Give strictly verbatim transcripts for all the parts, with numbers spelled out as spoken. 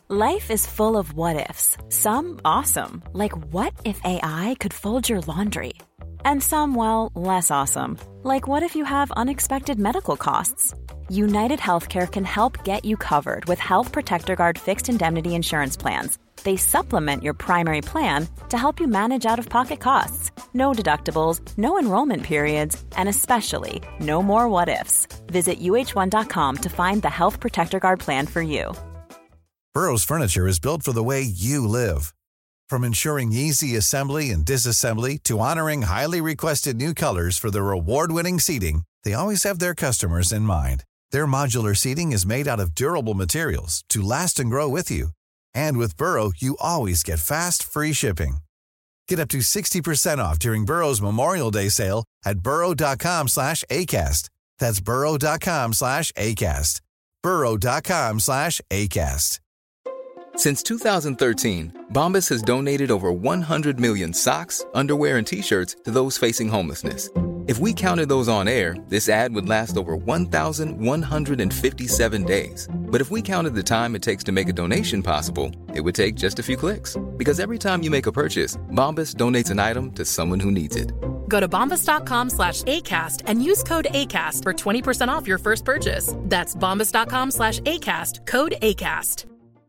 Life is full of what-ifs. Some awesome, like what if A I could fold your laundry? And some, well, less awesome, like what if you have unexpected medical costs? United Healthcare can help get you covered with Health Protector Guard fixed indemnity insurance plans. They supplement your primary plan to help you manage out-of-pocket costs. No deductibles, no enrollment periods, and especially no more what-ifs. Visit U H one dot com to find the Health Protector Guard plan for you. Burrow's furniture is built for the way you live. From ensuring easy assembly and disassembly to honoring highly requested new colors for their award-winning seating, they always have their customers in mind. Their modular seating is made out of durable materials to last and grow with you. And with Burrow, you always get fast, free shipping. Get up to sixty percent off during Burrow's Memorial Day sale at burrow.com slash ACAST. That's burrow.com slash ACAST. burrow.com slash ACAST. Since two thousand thirteen, Bombas has donated over one hundred million socks, underwear, and T-shirts to those facing homelessness. If we counted those on air, this ad would last over one thousand one hundred fifty-seven days. But if we counted the time it takes to make a donation possible, it would take just a few clicks. Because every time you make a purchase, Bombas donates an item to someone who needs it. Go to bombas.com slash ACAST and use code ACAST for twenty percent off your first purchase. That's bombas.com slash ACAST, code ACAST.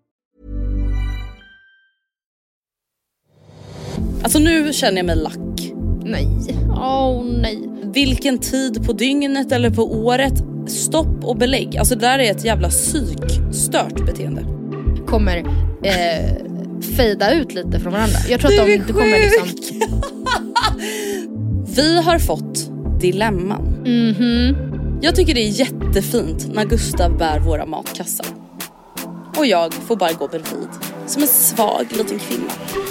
Alltså nu känner jag mig lack. Nej, åh oh, nej. Vilken tid på dygnet eller på året. Stopp och belägg. Alltså det där är ett jävla psykstört beteende. Kommer eh, fejda ut lite från varandra. Jag tror att de inte kommer liksom... Vi har fått dilemman. Mm-hmm. Jag tycker det är jättefint när Gustav bär våra matkassar. Och jag får bara gå bredvid. Som en svag liten kvinna.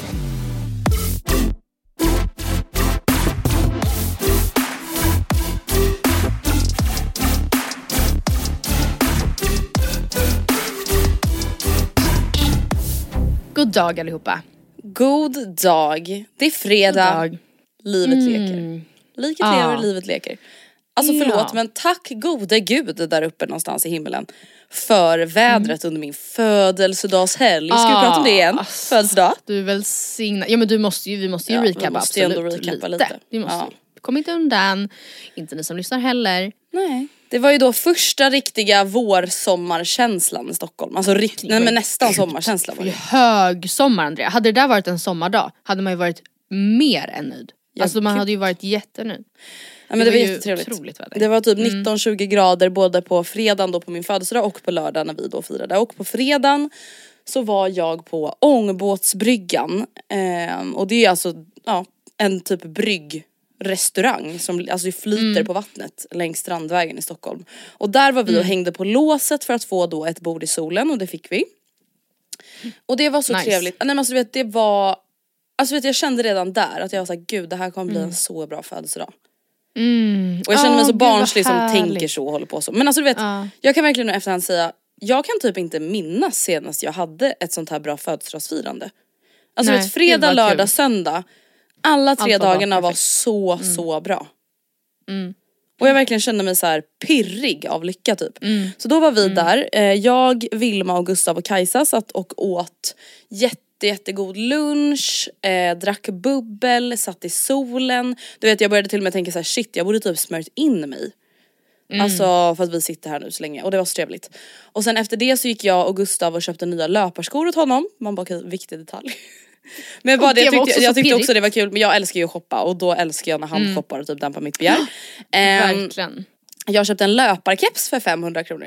God dag allihopa. God dag. Det är fredag. Dag. Livet Mm. leker. Liket lever, Ah. livet leker. Alltså förlåt, Ja. men tack gode gud där uppe någonstans i himmelen för vädret mm. under min födelsedagshelg. Ska vi prata om det igen? Ah. Födelsedag. Du är välsignad. Ja men du måste ju, vi måste ju Ja, recapa vi måste ju ändå absolut recapa lite. lite. Vi måste Ja. ju. Kom inte undan. Inte ni som lyssnar heller. Nej. Det var ju då första riktiga vårsommarkänslan i Stockholm. Alltså rikt- nej, men nästan sommarkänslan var det. Hög sommar, Andrea. Hade det där varit en sommardag hade man ju varit mer än nöjd. Ja, alltså man gud. hade ju varit jättenöjd. Ja, men det, det var, var jättetrevligt. otroligt väder. Det var typ Mm. nitton tjugo grader både på fredagen då på min födelsedag och på lördag när vi då firade. Och på fredagen så var jag på Ångbåtsbryggan. Ehm, och det är alltså ja, en typ bryggrestaurang som alltså flyter Mm. på vattnet längs Strandvägen i Stockholm. Och där var vi och Mm. hängde på låset för att få då ett bord i solen och det fick vi. Och det var så Nice. trevligt. Nej, men alltså, du vet, det var... Alltså vet, jag kände redan där att jag var såhär, gud det här kommer bli Mm. en så bra födelsedag. Mm. Och jag känner mig Åh, så gud, barnslig vad som härligt. tänker så och håller på så. Men alltså du vet, Ja. jag kan verkligen nu efterhand säga, jag kan typ inte minnas senast jag hade ett sånt här bra födelsedagsfirande. Alltså Nej, du vet, fredag, gud, vad lördag, kul. söndag. Alla tre Allt var bara dagarna var perfekt. så, så bra. Mm. Och jag verkligen kände mig så här pirrig av lycka typ. Mm. Så då var vi där, eh, jag, Vilma och Gustav och Kajsa satt och åt jätte jättegod lunch, eh, drack bubbel, satt i solen. Du vet jag började till och med tänka så här: shit jag borde typ smörjt in mig. Mm. Alltså för att vi sitter här nu så länge och det var så trevligt. Och sen efter det så gick jag och Gustav och köpte nya löparskor åt honom. Man bara okej, viktig detalj. Men bara Och det, det jag var tyckte, också jag så tyckte pirrigt. också det var kul. Men jag älskar ju att shoppa och då älskar jag när han Mm. shoppar och typ dämpar mitt begär. Ehm, Verkligen. jag köpte en löparkeps för femhundra kronor.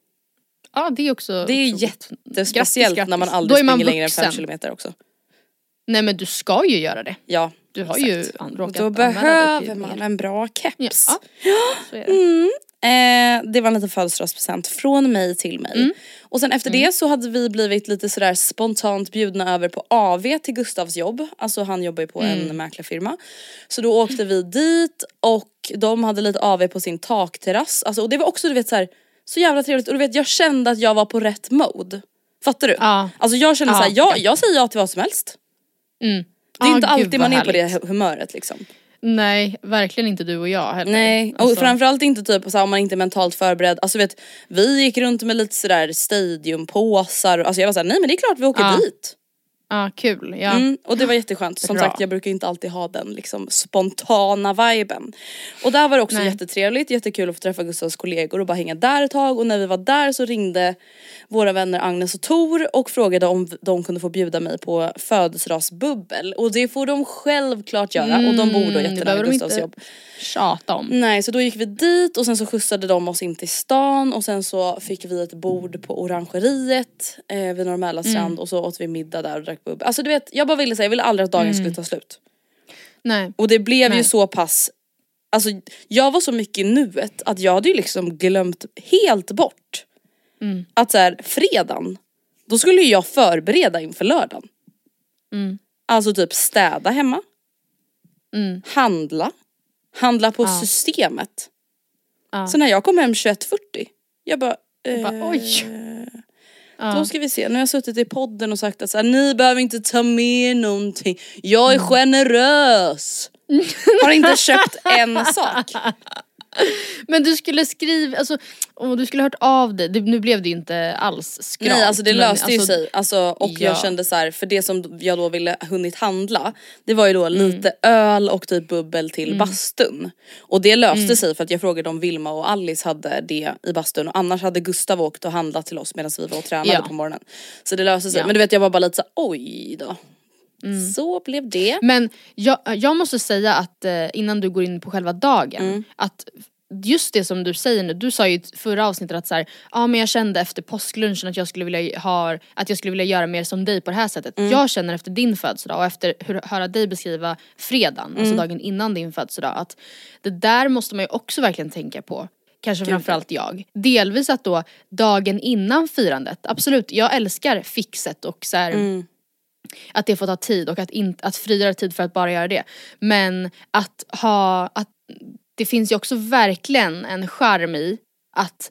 Ja det är också Det är otroligt. jättespeciellt Grattis, när man grattis. aldrig Då är man springer längre än fem vuxen. kilometer också. Nej men du ska ju göra det. Ja, Du har exakt. ju an- råkat Då anmäla dig behöver till man mer. en bra keps. Ja, så är det. Mm. Eh, det var en liten födelsedagspresent från mig till mig. Mm. Och sen efter det så hade vi blivit lite sådär spontant bjudna över på A V till Gustavs jobb. Alltså han jobbar ju på Mm. en mäklarfirma. Så då åkte vi dit och de hade lite A V på sin takterrass. Alltså, och det var också du vet så här, så jävla trevligt. Och du vet jag kände att jag var på rätt mode. Fattar du? Ja. Alltså jag kände Ja, så här, jag, ja. jag säger ja till vad som helst. Mm. Det är Ah, inte gud, alltid vad man är på det härligt. humöret liksom. Nej, verkligen inte du och jag heller. Nej, och alltså... framförallt inte typ så här, om man inte är mentalt förberedd. Alltså vet, vi gick runt med lite sådär stadiumpåsar. Alltså jag var såhär, nej men det är klart vi åker ah. dit. Ja, ah, kul. Ja. Mm, och det var jätteskönt. Som Bra. sagt, jag brukar inte alltid ha den liksom spontana viben. Och där var det också Nej. jättetrevligt, jättekul att få träffa Gustavs kollegor och bara hänga där ett tag. Och när vi var där så ringde våra vänner Agnes och Tor och frågade om de kunde få bjuda mig på födelsedagsbubbel. Och det får de självklart göra. Mm, och de bor då jättenära Gustavs jobb. Tjata om. Nej, så då gick vi dit och sen så skjutsade de oss in till stan. Och sen så fick vi ett bord på Orangeriet eh, vid Norrmäla strand. Mm. Och så åt vi middag där och drack bubbel. Alltså du vet, jag bara ville säga, jag ville aldrig att dagen mm. skulle ta slut. Nej. Och det blev Nej. ju så pass. Alltså jag var så mycket i nuet att jag hade ju liksom glömt helt bort mm. att så här, fredagen, då skulle ju jag förbereda inför lördagen. Mm. Alltså typ städa hemma. Mm. Handla. Handla på ja. systemet. Ja. Så när jag kom hem tjugoett fyrtio, jag bara, jag bara eh, oj. Ja. Då ska vi se, nu har jag suttit i podden och sagt att så här, ni behöver inte ta med någonting. Jag är generös. Har inte köpt en sak. Men du skulle skriva, alltså, om du skulle hört av dig, det, nu blev det inte alls skralt. Nej, alltså det löste men, ju alltså, sig. Alltså, och ja. jag kände så här, för det som jag då ville hunnit handla, det var ju då mm. lite öl och typ bubbel till mm. bastun. Och det löste mm. sig för att jag frågade om Vilma och Alice hade det i bastun. Och annars hade Gustav åkt och handlat till oss medan vi var och tränade ja. på morgonen. Så det löste sig. Ja. Men du vet, jag var bara lite så oj då. Mm. Så blev det. Men jag, jag måste säga att eh, innan du går in på själva dagen mm. att just det som du säger nu, du sa ju i förra avsnittet att så här, ja men jag kände efter påsklunchen att jag skulle vilja ha, att jag skulle vilja göra mer som dig på det här sättet. Mm. Jag känner efter din födelsedag och efter hur, höra dig beskriva fredagen, mm. alltså dagen innan din födelsedag, att det där måste man ju också verkligen tänka på. Kanske Gud. framförallt jag. Delvis att då dagen innan firandet, absolut, jag älskar fixet och så här, mm. att det får ta tid och att, in, att frigöra tid för att bara göra det. Men att ha, att det finns ju också verkligen en charm i att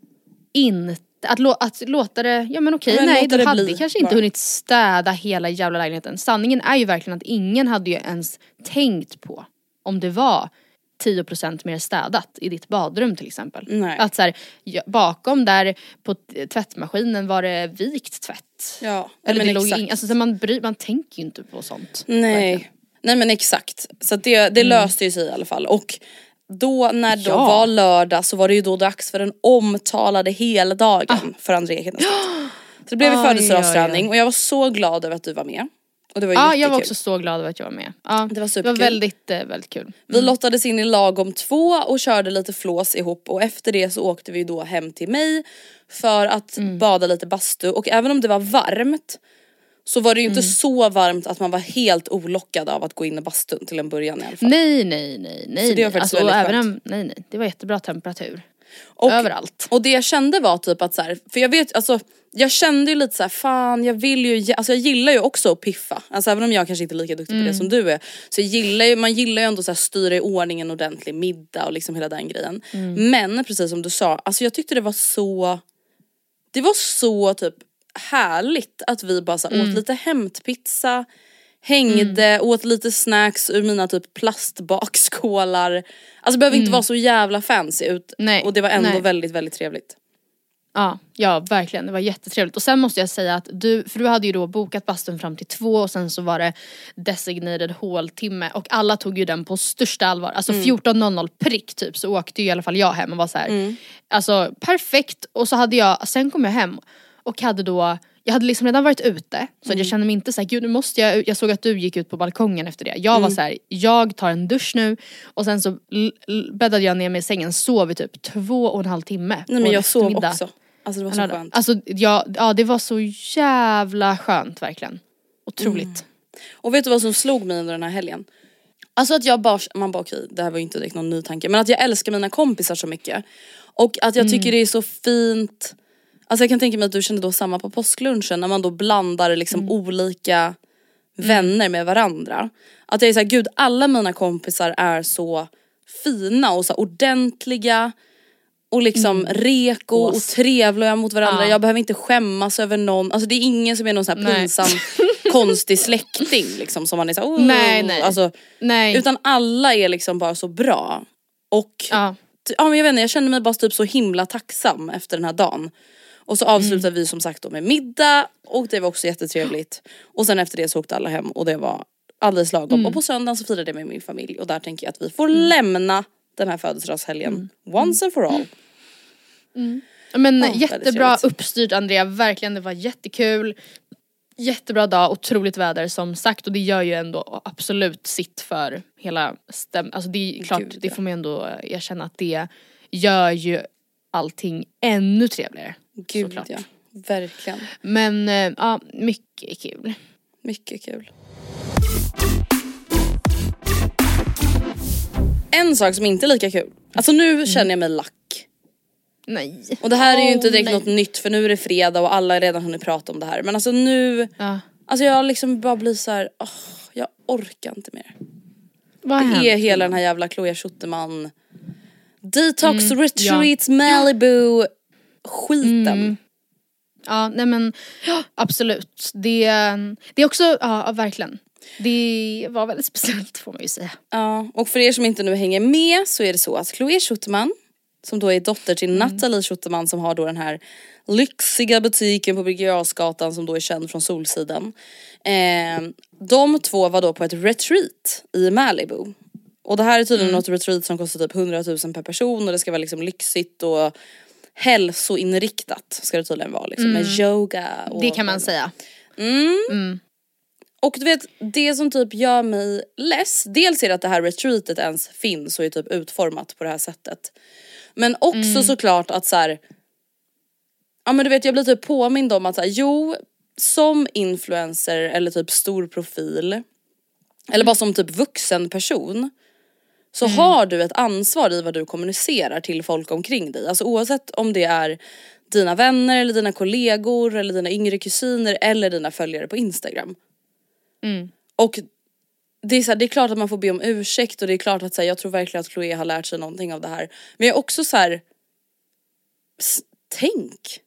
inte, att, lå, att låta det, ja men okej, men nej, du hade bli, kanske inte bara. hunnit städa hela jävla lägenheten. Sanningen är ju verkligen att ingen hade ju ens tänkt på om det var tio procent mer städat i ditt badrum till exempel. Nej. Att så här, bakom där på tvättmaskinen var det vikt tvätt. Ja, eller men det exakt. låg in, alltså man, bry, man tänker ju inte på sånt. Nej, verkligen. Nej men exakt. Så det, det mm. löste ju sig i alla fall. Och då när det ja. var lördag så var det ju då dags för den omtalade heldagen ah. för André Hedenstedt. Så det blev ju födelsedagsträning och jag var så glad över att du var med. Och det var ja, jättekul. Jag var också så glad över att jag var med. Ja, det var superkul. Det var väldigt, väldigt kul. Mm. Vi lottades in i lagom två och körde lite flås ihop. Och efter det så åkte vi då hem till mig för att mm. bada lite bastu. Och även om det var varmt så var det ju inte mm. så varmt att man var helt olockad av att gå in i bastun till en början i alla fall. Nej, nej, nej. nej. Så det var faktiskt alltså, väldigt även skönt. om, nej, nej. Det var jättebra temperatur. Och, överallt. Och det jag kände var typ att så här, för jag vet, alltså jag kände ju lite så här, fan jag vill ju, alltså jag gillar ju också att piffa. Alltså även om jag kanske inte är lika duktig mm. på det som du är. Så jag gillar ju, man gillar ju ändå så här styra i ordning en ordentlig middag och liksom hela den grejen. Mm. Men precis som du sa, alltså jag tyckte det var så, det var så typ härligt att vi bara så mm. åt lite hämtpizza, hängde, mm. åt lite snacks ur mina typ plastbakskålar. Alltså det behöver mm. inte vara så jävla fancy ut. Nej. Och det var ändå Nej. väldigt, väldigt trevligt. Ja, ja, verkligen. Det var jättetrevligt. Och sen måste jag säga att du, för du hade ju då bokat bastun fram till två och sen så var det designated håltimme och alla tog ju den på största allvar. Alltså mm. fjorton noll noll prick typ så åkte ju i alla fall jag hem och var så här. Mm. Alltså perfekt. Och så hade jag, sen kom jag hem och hade då, jag hade liksom redan varit ute så mm. att jag kände mig inte så här, gud nu måste jag, jag såg att du gick ut på balkongen efter det. Jag mm. var så här, jag tar en dusch nu och sen så l- l- bäddade jag ner mig i sängen, sov i typ två och en halv timme. Nej men jag sov också. Alltså det var så alltså, skönt. Alltså ja, ja det var så jävla skönt verkligen. Otroligt. Mm. Och vet du vad som slog mig under den här helgen? Alltså att jag bara, man bara okej, det här var ju inte direkt någon ny tanke. Men att jag älskar mina kompisar så mycket. Och att jag tycker mm. det är så fint. Alltså jag kan tänka mig att du kände då samma på påsklunchen. När man då blandar liksom mm. olika vänner med varandra. Att jag är såhär, gud alla mina kompisar är så fina och så ordentliga. Och liksom mm. reko och trevliga mot varandra. Ja. Jag behöver inte skämmas över någon. Alltså det är ingen som är någon sån här pinsam konstig släkting liksom som man är så oh, nej, nej. Alltså, nej. utan alla är liksom bara så bra. Och ja. ja, men jag vet inte, jag kände mig bara typ så himla tacksam efter den här dagen. Och så avslutade mm. vi som sagt då med middag. Och det var också jättetrevligt. Och sen efter det så åkte alla hem. Och det var alldeles lagom. Mm. Och på söndagen så firade jag med min familj. Och där tänker jag att vi får mm. lämna den här födelsedagshelgen mm. once and for all. Mm. Men oh, jättebra uppstyrt Andrea. Verkligen, det var jättekul. Jättebra dag, otroligt väder som sagt. Och det gör ju ändå absolut sitt för hela stäm. Alltså det är klart, Gud, det får man ändå erkänna att det gör ju allting ännu trevligare. Gud såklart. Ja, verkligen. Men ja, mycket kul. Mycket kul. En sak som inte är lika kul. Alltså nu mm. känner jag mig lack. Nej. Och det här är ju oh, inte direkt nej. något nytt, för nu är det fredag och alla har redan hunnit prata om det här. Men alltså nu, ja. alltså jag liksom bara blir så här, oh, jag orkar inte mer. Vad det hänt? är hela den här jävla Chloé Schuterman Detox mm, Retreats ja. Malibu skiten. Mm. Ja, nej men ja, absolut. Det, det är också, ja verkligen. Det var väldigt speciellt får man ju säga. Ja, och för er som inte nu hänger med så är det så att Chloé Schuterman, som då är dotter till mm. Nathalie Schuterman, som har då den här lyxiga butiken på Birger Jarlsgatan som då är känd från Solsidan. Eh, de två var då på ett retreat i Malibu. Och det här är tydligen mm. något retreat som kostar typ hundratusen per person och det ska vara liksom lyxigt och hälsoinriktat ska det tydligen vara liksom, mm. med yoga och det kan man säga. Mm. Mm. Och du vet, det som typ gör mig less, dels är det att det här retreatet ens finns och är typ utformat på det här sättet. Men också mm. såklart att så här, ja men du vet, jag blir typ påmind om att så här, jo, som influencer eller typ stor profil eller mm. bara som typ vuxen person så mm. har du ett ansvar i vad du kommunicerar till folk omkring dig. Alltså oavsett om det är dina vänner eller dina kollegor eller dina yngre kusiner eller dina följare på Instagram. Mm. Och det är, så här, det är klart att man får be om ursäkt och det är klart att så här, jag tror verkligen att Chloé har lärt sig någonting av det här. Men jag är också så här, s- tänk.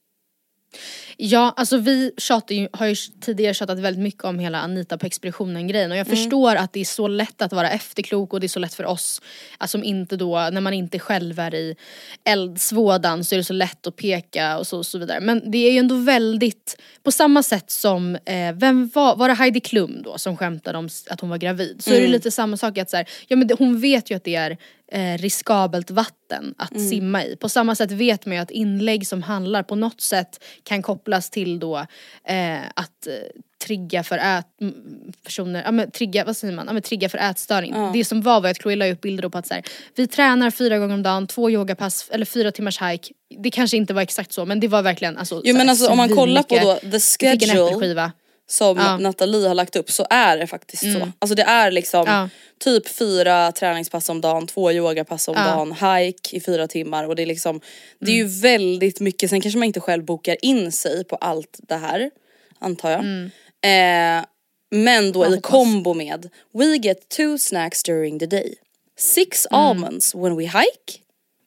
Ja, alltså vi tjatar ju, har ju tidigare tjatat väldigt mycket om hela Anita på expeditionen grejen. Och jag mm. förstår att det är så lätt att vara efterklok och det är så lätt för oss. Alltså inte då, när man inte själv är i eldsvådan så är det så lätt att peka och så, och så vidare. Men det är ju ändå väldigt, på samma sätt som, eh, vem var, var det Heidi Klum då som skämtade om att hon var gravid? Så mm. är det lite samma sak att så här, ja men det, hon vet ju att det är Eh, riskabelt vatten att mm. simma i. På samma sätt vet man ju att inlägg som handlar på något sätt kan kopplas till då eh, att eh, trigga för ät personer, ja men trigga, vad säger man? Ja men trigga för ätstörning. Mm. Det som var var att Chloé la upp bilder på att så här, vi tränar fyra gånger om dagen, två yogapass eller fyra timmars hike. Det kanske inte var exakt så, men det var verkligen alltså, jo, men alltså om man kollar på då the schedule som ja. Nathalie har lagt upp så är det faktiskt mm. så. Alltså det är liksom ja. typ fyra träningspass om dagen, två yogapass om ja. dagen, hike i fyra timmar och det är liksom, det är mm. ju väldigt mycket. Sen kanske man inte själv bokar in sig på allt det här, antar jag. Mm. Eh, men då i kombo med we get two snacks during the day, six mm. almonds when we hike,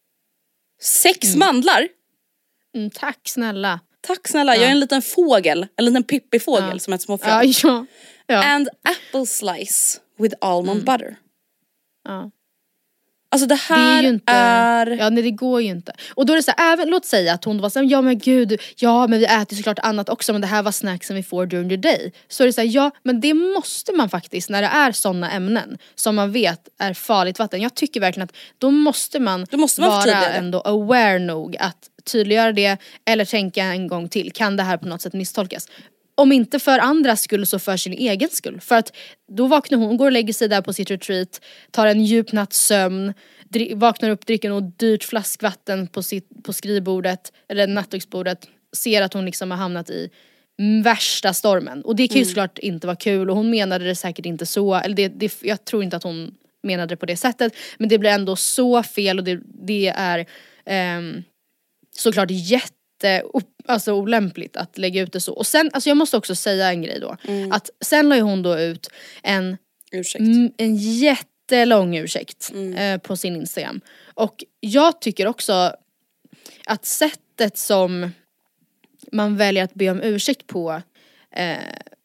sex mm. mandlar. Mm, tack snälla. Tack snälla, ja. jag är en liten fågel, en liten pippifågel ja. som ett små frö. Ja, ja. Ja. And apple slice with almond mm. butter. Ja. Alltså det här det är, ju inte, är... Ja, nej det går ju inte. Och då är det så här, även, låt säga att hon var så här, ja men gud, ja men vi äter såklart annat också, men det här var snacksen vi får during the day. Så är det så här, ja men det måste man faktiskt när det är sådana ämnen som man vet är farligt vatten. Jag tycker verkligen att då måste man, då måste man vara ändå aware nog att tydliggöra det eller tänka en gång till. Kan det här på något sätt misstolkas? Om inte för andras skull så för sin egen skull. För att då vaknar hon, går och lägger sig där på sitt retreat, tar en djup natts sömn, dri- vaknar upp, dricker något dyrt flaskvatten på, sitt, på skrivbordet eller nattduksbordet, ser att hon liksom har hamnat i värsta stormen. Och det kan ju mm. såklart inte vara kul och hon menade det säkert inte så. Eller det, det, jag tror inte att hon menade det på det sättet. Men det blir ändå så fel och det, det är um, såklart jätte alltså olämpligt att lägga ut det så. Och sen, alltså jag måste också säga en grej då. Mm. Att sen la ju hon då ut en ursäkt. M- en jättelång ursäkt mm. eh, på sin Instagram. Och jag tycker också att sättet som man väljer att be om ursäkt på eh,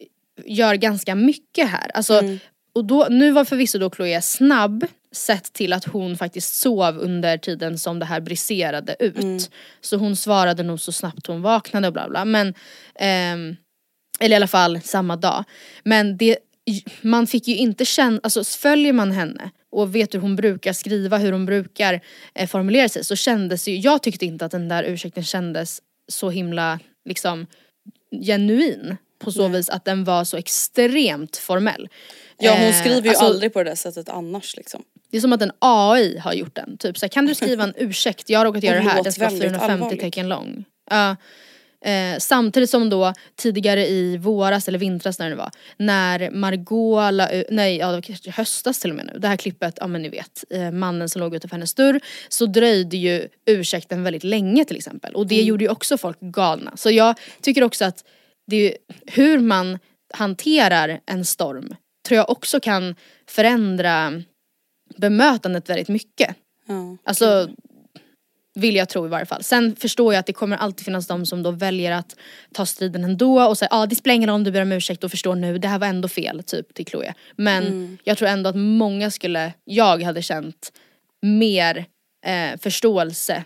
gör ganska mycket här. Alltså, mm. och då, nu var förvisso då Chloé snabb sett till att hon faktiskt sov under tiden som det här briserade ut. Mm. Så hon svarade nog så snabbt hon vaknade och bla bla. Men, ehm, eller i alla fall samma dag. Men det, man fick ju inte känna, alltså följer man henne och vet hur hon brukar skriva, hur hon brukar eh, formulera sig, så kändes ju, jag tyckte inte att den där ursäkten kändes så himla liksom genuin. På så Nej. vis att den var så extremt formell. Ja, hon skriver ju eh, alltså, aldrig på det där sättet annars liksom. Det är som att en A I har gjort den. Typ så här, kan du skriva en ursäkt? Jag har råkat göra det här. Den ska vara fyrahundrafemtio tecken lång. Ja. Eh, samtidigt som då tidigare i våras eller vintras när det var, när Margot la, nej ja, det var kanske höstas till och med nu, det här klippet, ja men ni vet, eh, mannen som låg utanför hennes dörr, så dröjde ju ursäkten väldigt länge till exempel, och det mm. gjorde ju också folk galna. Så jag tycker också att det är, hur man hanterar en storm tror jag också kan förändra bemötandet väldigt mycket. Mm. Alltså vill jag tro i varje fall. Sen förstår jag att det kommer alltid finnas de som då väljer att ta striden ändå och säga, ja ah, det spelar ingen roll om du ber om ursäkt och förstår nu, det här var ändå fel typ till Chloé. Men mm. jag tror ändå att många skulle, jag hade känt mer eh, förståelse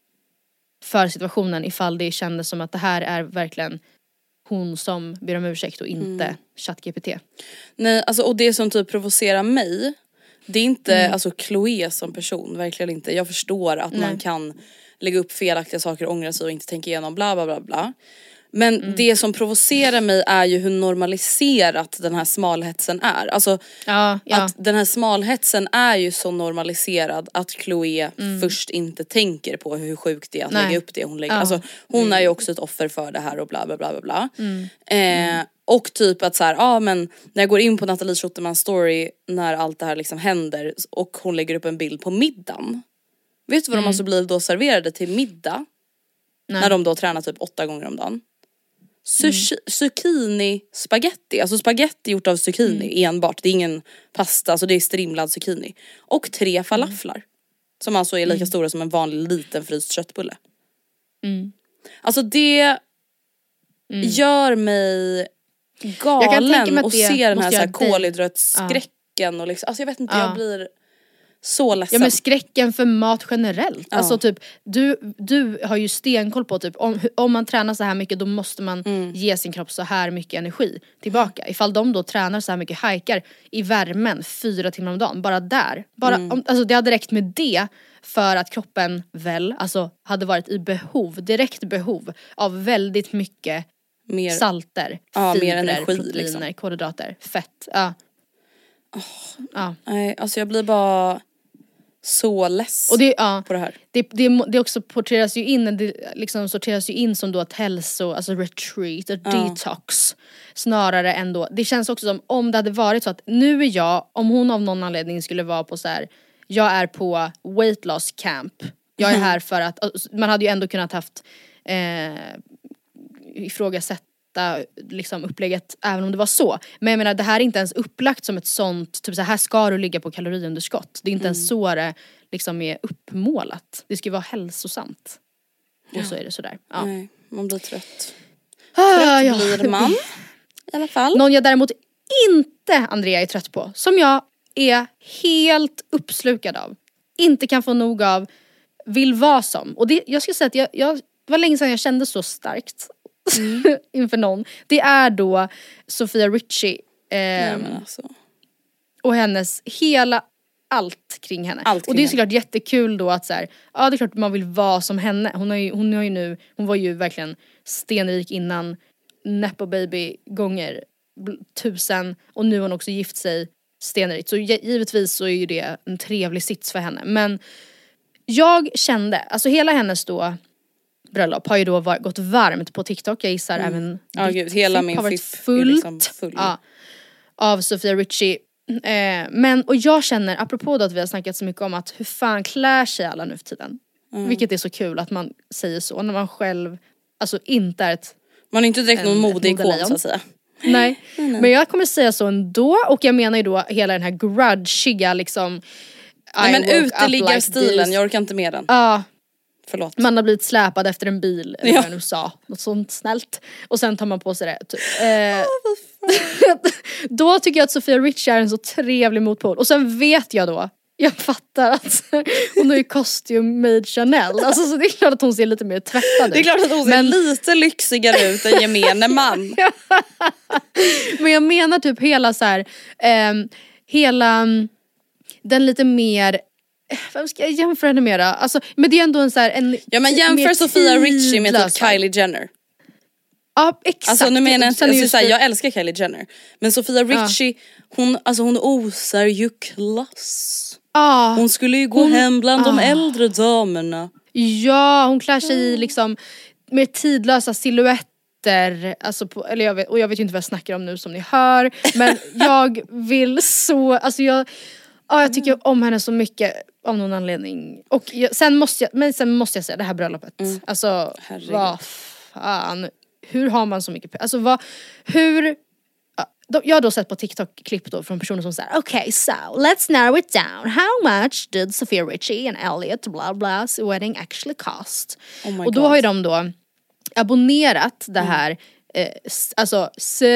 för situationen ifall det kändes som att det här är verkligen hon som ber om ursäkt och inte mm. ChatGPT. Nej, alltså, och det som typ provocerar mig, det är inte mm. alltså Chloé som person, verkligen inte. Jag förstår att Nej. man kan lägga upp felaktiga saker, ångra sig och inte tänka igenom bla bla bla bla. Men mm. det som provocerar mig är ju hur normaliserat den här smalhetsen är. Alltså ja, ja. att den här smalhetsen är ju så normaliserad att Chloé mm. först inte tänker på hur sjukt det är att Nej. lägga upp det hon lägger. Ja. Alltså hon mm. är ju också ett offer för det här och bla bla bla bla bla. Mm. Eh, mm. Och typ att så här, ja men när jag går in på Nathalie Schottermans story när allt det här liksom händer och hon lägger upp en bild på middagen. Vet du vad mm. de alltså blir då serverade till middag? Nej. När de då tränar typ åtta gånger om dagen. Sushi, mm. zucchini spaghetti, alltså spaghetti gjort av zucchini mm. enbart, det är ingen pasta, alltså det är strimlad zucchini. Och tre falaflar. Mm. Som alltså är lika mm. stora som en vanlig liten fryst köttbulle. Mm. Alltså det mm. gör mig galen och se den här, så här kolhydratskräcken ja. och liksom, alltså jag vet inte, ja. jag blir så ledsen. Ja men skräcken för mat generellt. Ja. Alltså typ, du, du har ju stenkoll på typ, om, om man tränar så här mycket då måste man mm. ge sin kropp så här mycket energi tillbaka. Ifall de då tränar så här mycket hajkar i värmen fyra timmar om dagen, bara där. Bara, mm. om, alltså det hade räckt med det för att kroppen väl, alltså hade varit i behov, direkt behov av väldigt mycket mer, salter, ja, fibrer, mer energi, proteiner, liksom. kolhydrater, fett. Ja. Oh, ja. Nej, alltså jag blir bara så less och det, ja, på det här. Det, det, det också porträtteras ju in, det liksom sorteras ju in som då ett hälso, alltså retreat, ett ja. detox snarare än då. Det känns också som om det hade varit så att nu är jag, om hon av någon anledning skulle vara på så här, jag är på weight loss camp. Jag är här för att, man hade ju ändå kunnat haft eh, ifrågasätta liksom upplägget även om det var så. Men jag menar det här är inte ens upplagt som ett sånt typ så här ska du ligga på kaloriunderskott. Det är inte mm. ens så det liksom är uppmålat. Det ska ju vara hälsosamt. Och ja. så är det sådär. Ja. Nej, man blir trött. Ah, trött ja. blir man. I alla fall. Någon jag däremot inte, Andrea, är trött på. Som jag är helt uppslukad av. Inte kan få nog av. Vill vara som. Och det, jag ska säga att jag, jag det var länge sedan jag kände så starkt mm. inför någon. Det är då Sofia Richie eh, alltså. och hennes hela allt kring henne. Allt kring och det är såklart henne. Jättekul då att så här, ja det är klart man vill vara som henne. Hon har ju, hon har ju nu, hon var ju verkligen stenrik innan Nepo Baby gånger tusen och nu har hon också gift sig stenrikt. Så givetvis så är ju det en trevlig sits för henne. Men jag kände, alltså hela hennes då bröllop har ju då var, gått varmt på TikTok. Jag gissar mm. även ja, gud, hela min har varit fiff fullt liksom full. ja, av Sofia Richie. Eh, men, och jag känner, apropå då att vi har snackat så mycket om att hur fan klär sig alla nu för tiden. Mm. Vilket är så kul att man säger så när man själv alltså inte är ett man är inte direkt en, någon modeikon så att säga. Nej, mm. men jag kommer säga så ändå. Och jag menar ju då hela den här grudgiga liksom nej, men uteliggarstilen, like jag orkar inte med den. Ja. Förlåt. Man har blivit släpad efter en bil eller ja. vad jag nu sa. Något sånt snällt. Och sen tar man på sig det typ. eh, Då tycker jag att Sofia Richie är en så trevlig motpol. Och sen vet jag då, jag fattar att hon är ju costume made Chanel. Alltså så det är klart att hon ser lite mer tvättad ut. Det är klart att hon ser men... lite lyxigare ut än gemene man. Men jag menar typ hela så här, eh, hela um, den lite mer, vem ska jag jämföra henne med då? Alltså, men det är ändå en så här, en ja men jämför Sofia Richie med typ Kylie Jenner. Ja exakt. Alltså nu menar jag inte, alltså, såhär, det... jag älskar Kylie Jenner. Men Sofia Richie, ja. hon, alltså, hon osar ju klass. Ah, hon skulle ju gå hon, hem bland ah. de äldre damerna. Ja, hon klär sig i liksom mer tidlösa silhuetter. Alltså på, eller jag vet, och jag vet ju inte vad jag snackar om nu som ni hör. Men jag vill så, alltså jag, ja, jag tycker om henne så mycket av någon anledning. Och jag, sen måste jag, men sen måste jag säga det här bröllopet. Mm. Alltså, herregud. Vad fan, hur har man så mycket pengar? Alltså vad, hur... Jag har då sett på TikTok-klipp då från personer som säger okay, so let's narrow it down. How much did Sofia Richie and Elliot blah blah's wedding actually cost? Oh och då God. Har ju de då abonnerat det här mm. eh, alltså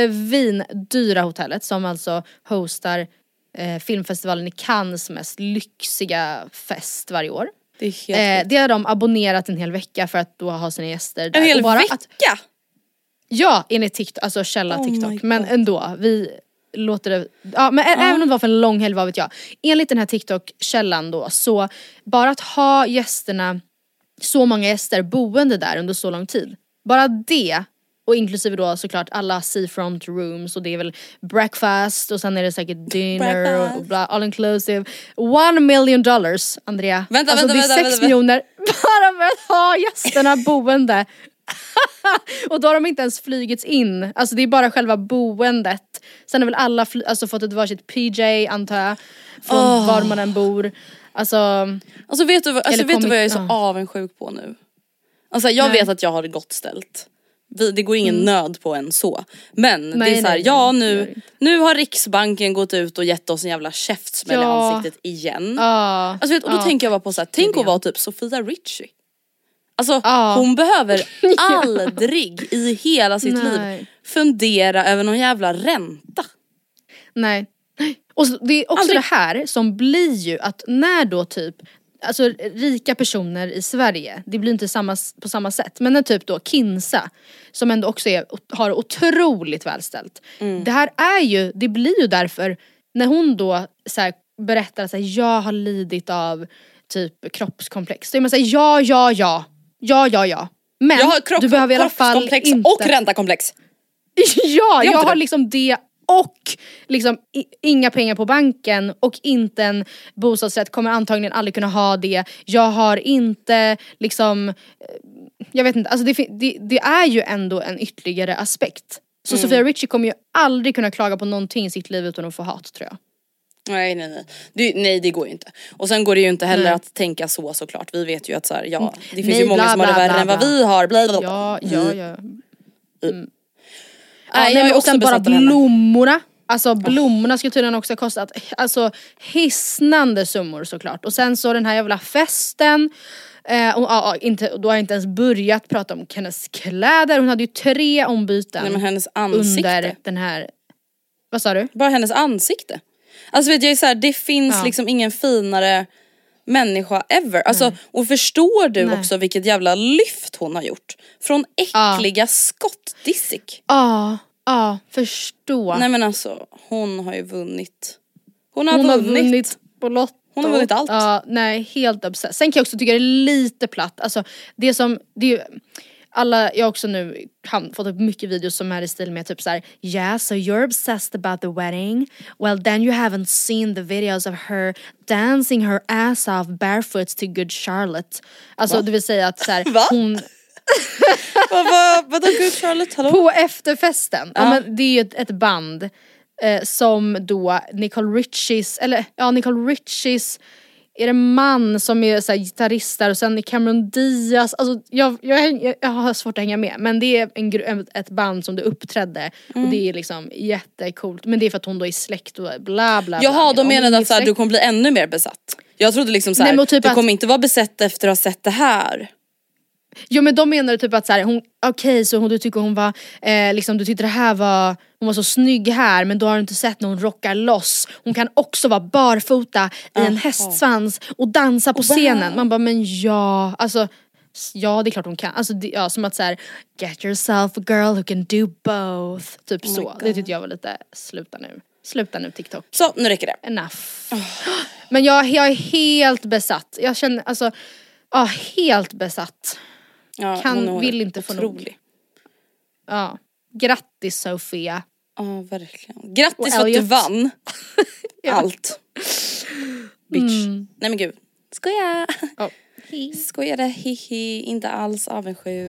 svindyra hotellet som alltså hostar eh, filmfestivalen i Cannes mest lyxiga fest varje år. Det är helt eh, det har de abonnerat en hel vecka för att då ha sina gäster där. En hel och bara vecka? Att, ja, enligt TikTok, alltså källa oh TikTok. Men ändå, vi låter det... Ja, men uh. även om det var för en lång helg, vad vet jag. Enligt den här TikTok-källan då, så bara att ha gästerna, så många gäster boende där under så lång tid. Bara det, och inklusive då såklart alla seafront rooms, och det är väl breakfast, och sen är det säkert dinner och, och bla, all inclusive. One million dollars, Andrea. Vänta, alltså vänta, det är vänta, sex vänta, miljoner bara för att ha gästerna boende. Och då har de inte ens flygits in. Alltså det är bara själva boendet. Sen har väl alla fly- alltså fått ett varsitt P J antar jag. Från oh. var man än bor. Alltså, alltså vet du, alltså, vet du vad jag är så uh. avundsjuk på nu? Alltså jag nej. vet att jag har det gott ställt. Det går ingen mm. nöd på en så. Men nej, det är så här, nej, ja nu, nu har Riksbanken gått ut och gett oss en jävla käftsmäll ja. i ansiktet igen. Uh. Alltså vet, och då uh. tänker jag bara på så här, tänk att vara typ Sofia Richie. Alltså ah. hon behöver aldrig i hela sitt Nej. liv fundera över någon jävla ränta. Nej. Och det är också aldrig. Det här som blir ju att när då typ, alltså rika personer i Sverige, det blir inte samma, på samma sätt. Men när typ då Kinsa, som ändå också är, har otroligt välställt. Mm. Det här är ju, det blir ju därför, när hon då så här, berättar att så här, jag har lidit av typ kroppskomplex. Så är man säger ja, ja, ja. Ja, ja, ja. Men jag har kropp, du behöver i alla fall inte... och räntakomplex. Ja, jag har liksom det och liksom i, inga pengar på banken och inte en bostadsrätt, kommer antagligen aldrig kunna ha det. Jag har inte liksom, jag vet inte, alltså det, det, det är ju ändå en ytterligare aspekt. Så mm. Sofia Richie kommer ju aldrig kunna klaga på någonting i sitt liv utan att få hat, tror jag. Nej, nej, nej. Det, nej, det går ju inte. Och sen går det ju inte heller nej. att tänka så såklart. Vi vet ju att så här, ja, det finns nej, ju många bla, som har det värre bla, bla. än vad vi har. Bla, bla, bla. Ja, ja, ja. Mm. Mm. Ja, nej, men och sen bara blommorna. Alltså blommorna ska tydligen också ha kostat alltså hisnande summor såklart. Och sen så den här jävla festen. Eh, och, ja, inte, då har jag inte ens börjat prata om hennes kläder. Hon hade ju tre ombyten. Nej, men hennes ansikte. Under den här... Vad sa du? Bara hennes ansikte. Alltså vet jag är så här, det finns ja. liksom ingen finare människa ever. Alltså, nej. Och förstår du nej. också vilket jävla lyft hon har gjort? Från äckliga ja. skottdissik. Ja, ja, förstå. Nej men alltså, hon har ju vunnit. Hon har hon vunnit. Har vunnit på Lotto. Hon har vunnit allt. Ja, nej, helt obsessed. Sen kan jag också tycka det är lite platt. Alltså, det som, det är alla, jag har också nu fått upp mycket videos som är i stil med typ såhär, yeah, so you're obsessed about the wedding, well then you haven't seen the videos of her dancing her ass off barefoot to Good Charlotte. Alltså va? Det vill säga att såhär, hon vad va, vadå Good Charlotte, hallå? På efterfesten, ja. Ja, men det är ju ett, ett band eh, som då Nicole Richies, eller ja Nicole Richies är det man som är så här gitarrister och sen är Cameron Diaz, alltså jag, jag, jag har svårt att hänga med, men det är en, ett band som det uppträdde mm. och det är liksom jättecoolt, men det är för att hon då är släkt och bla bla. Jaha, de menade att så här, du kommer bli ännu mer besatt. Jag trodde liksom så här, nej, typ du kommer att... inte vara besatt efter att ha sett det här. Jo men de menar typ att så här, hon okej okay, så hon, du tycker hon var eh, liksom du tyckte det här var hon var så snygg här men då har du inte sett när hon rockar loss. Hon kan också vara barfota i en hästsvans och dansa på scenen. Man bara men ja, alltså ja det är klart hon kan. Alltså det, ja som att så här, get yourself a girl who can do both. Typ oh så. Det tyckte jag var lite sluta nu. Sluta nu TikTok. Så nu räcker det. Enough. Oh. Men jag, jag är helt besatt. Jag känner alltså ja helt besatt. Ja, kan vill inte få otrolig. nog. Ja. Grattis Sofia. Ja, verkligen. Grattis för att du vann. Ja. Allt. Bitch. Mm. Nej men gud. Skoja. Oh. Skojade, hihi. Inte alls avundsjuk.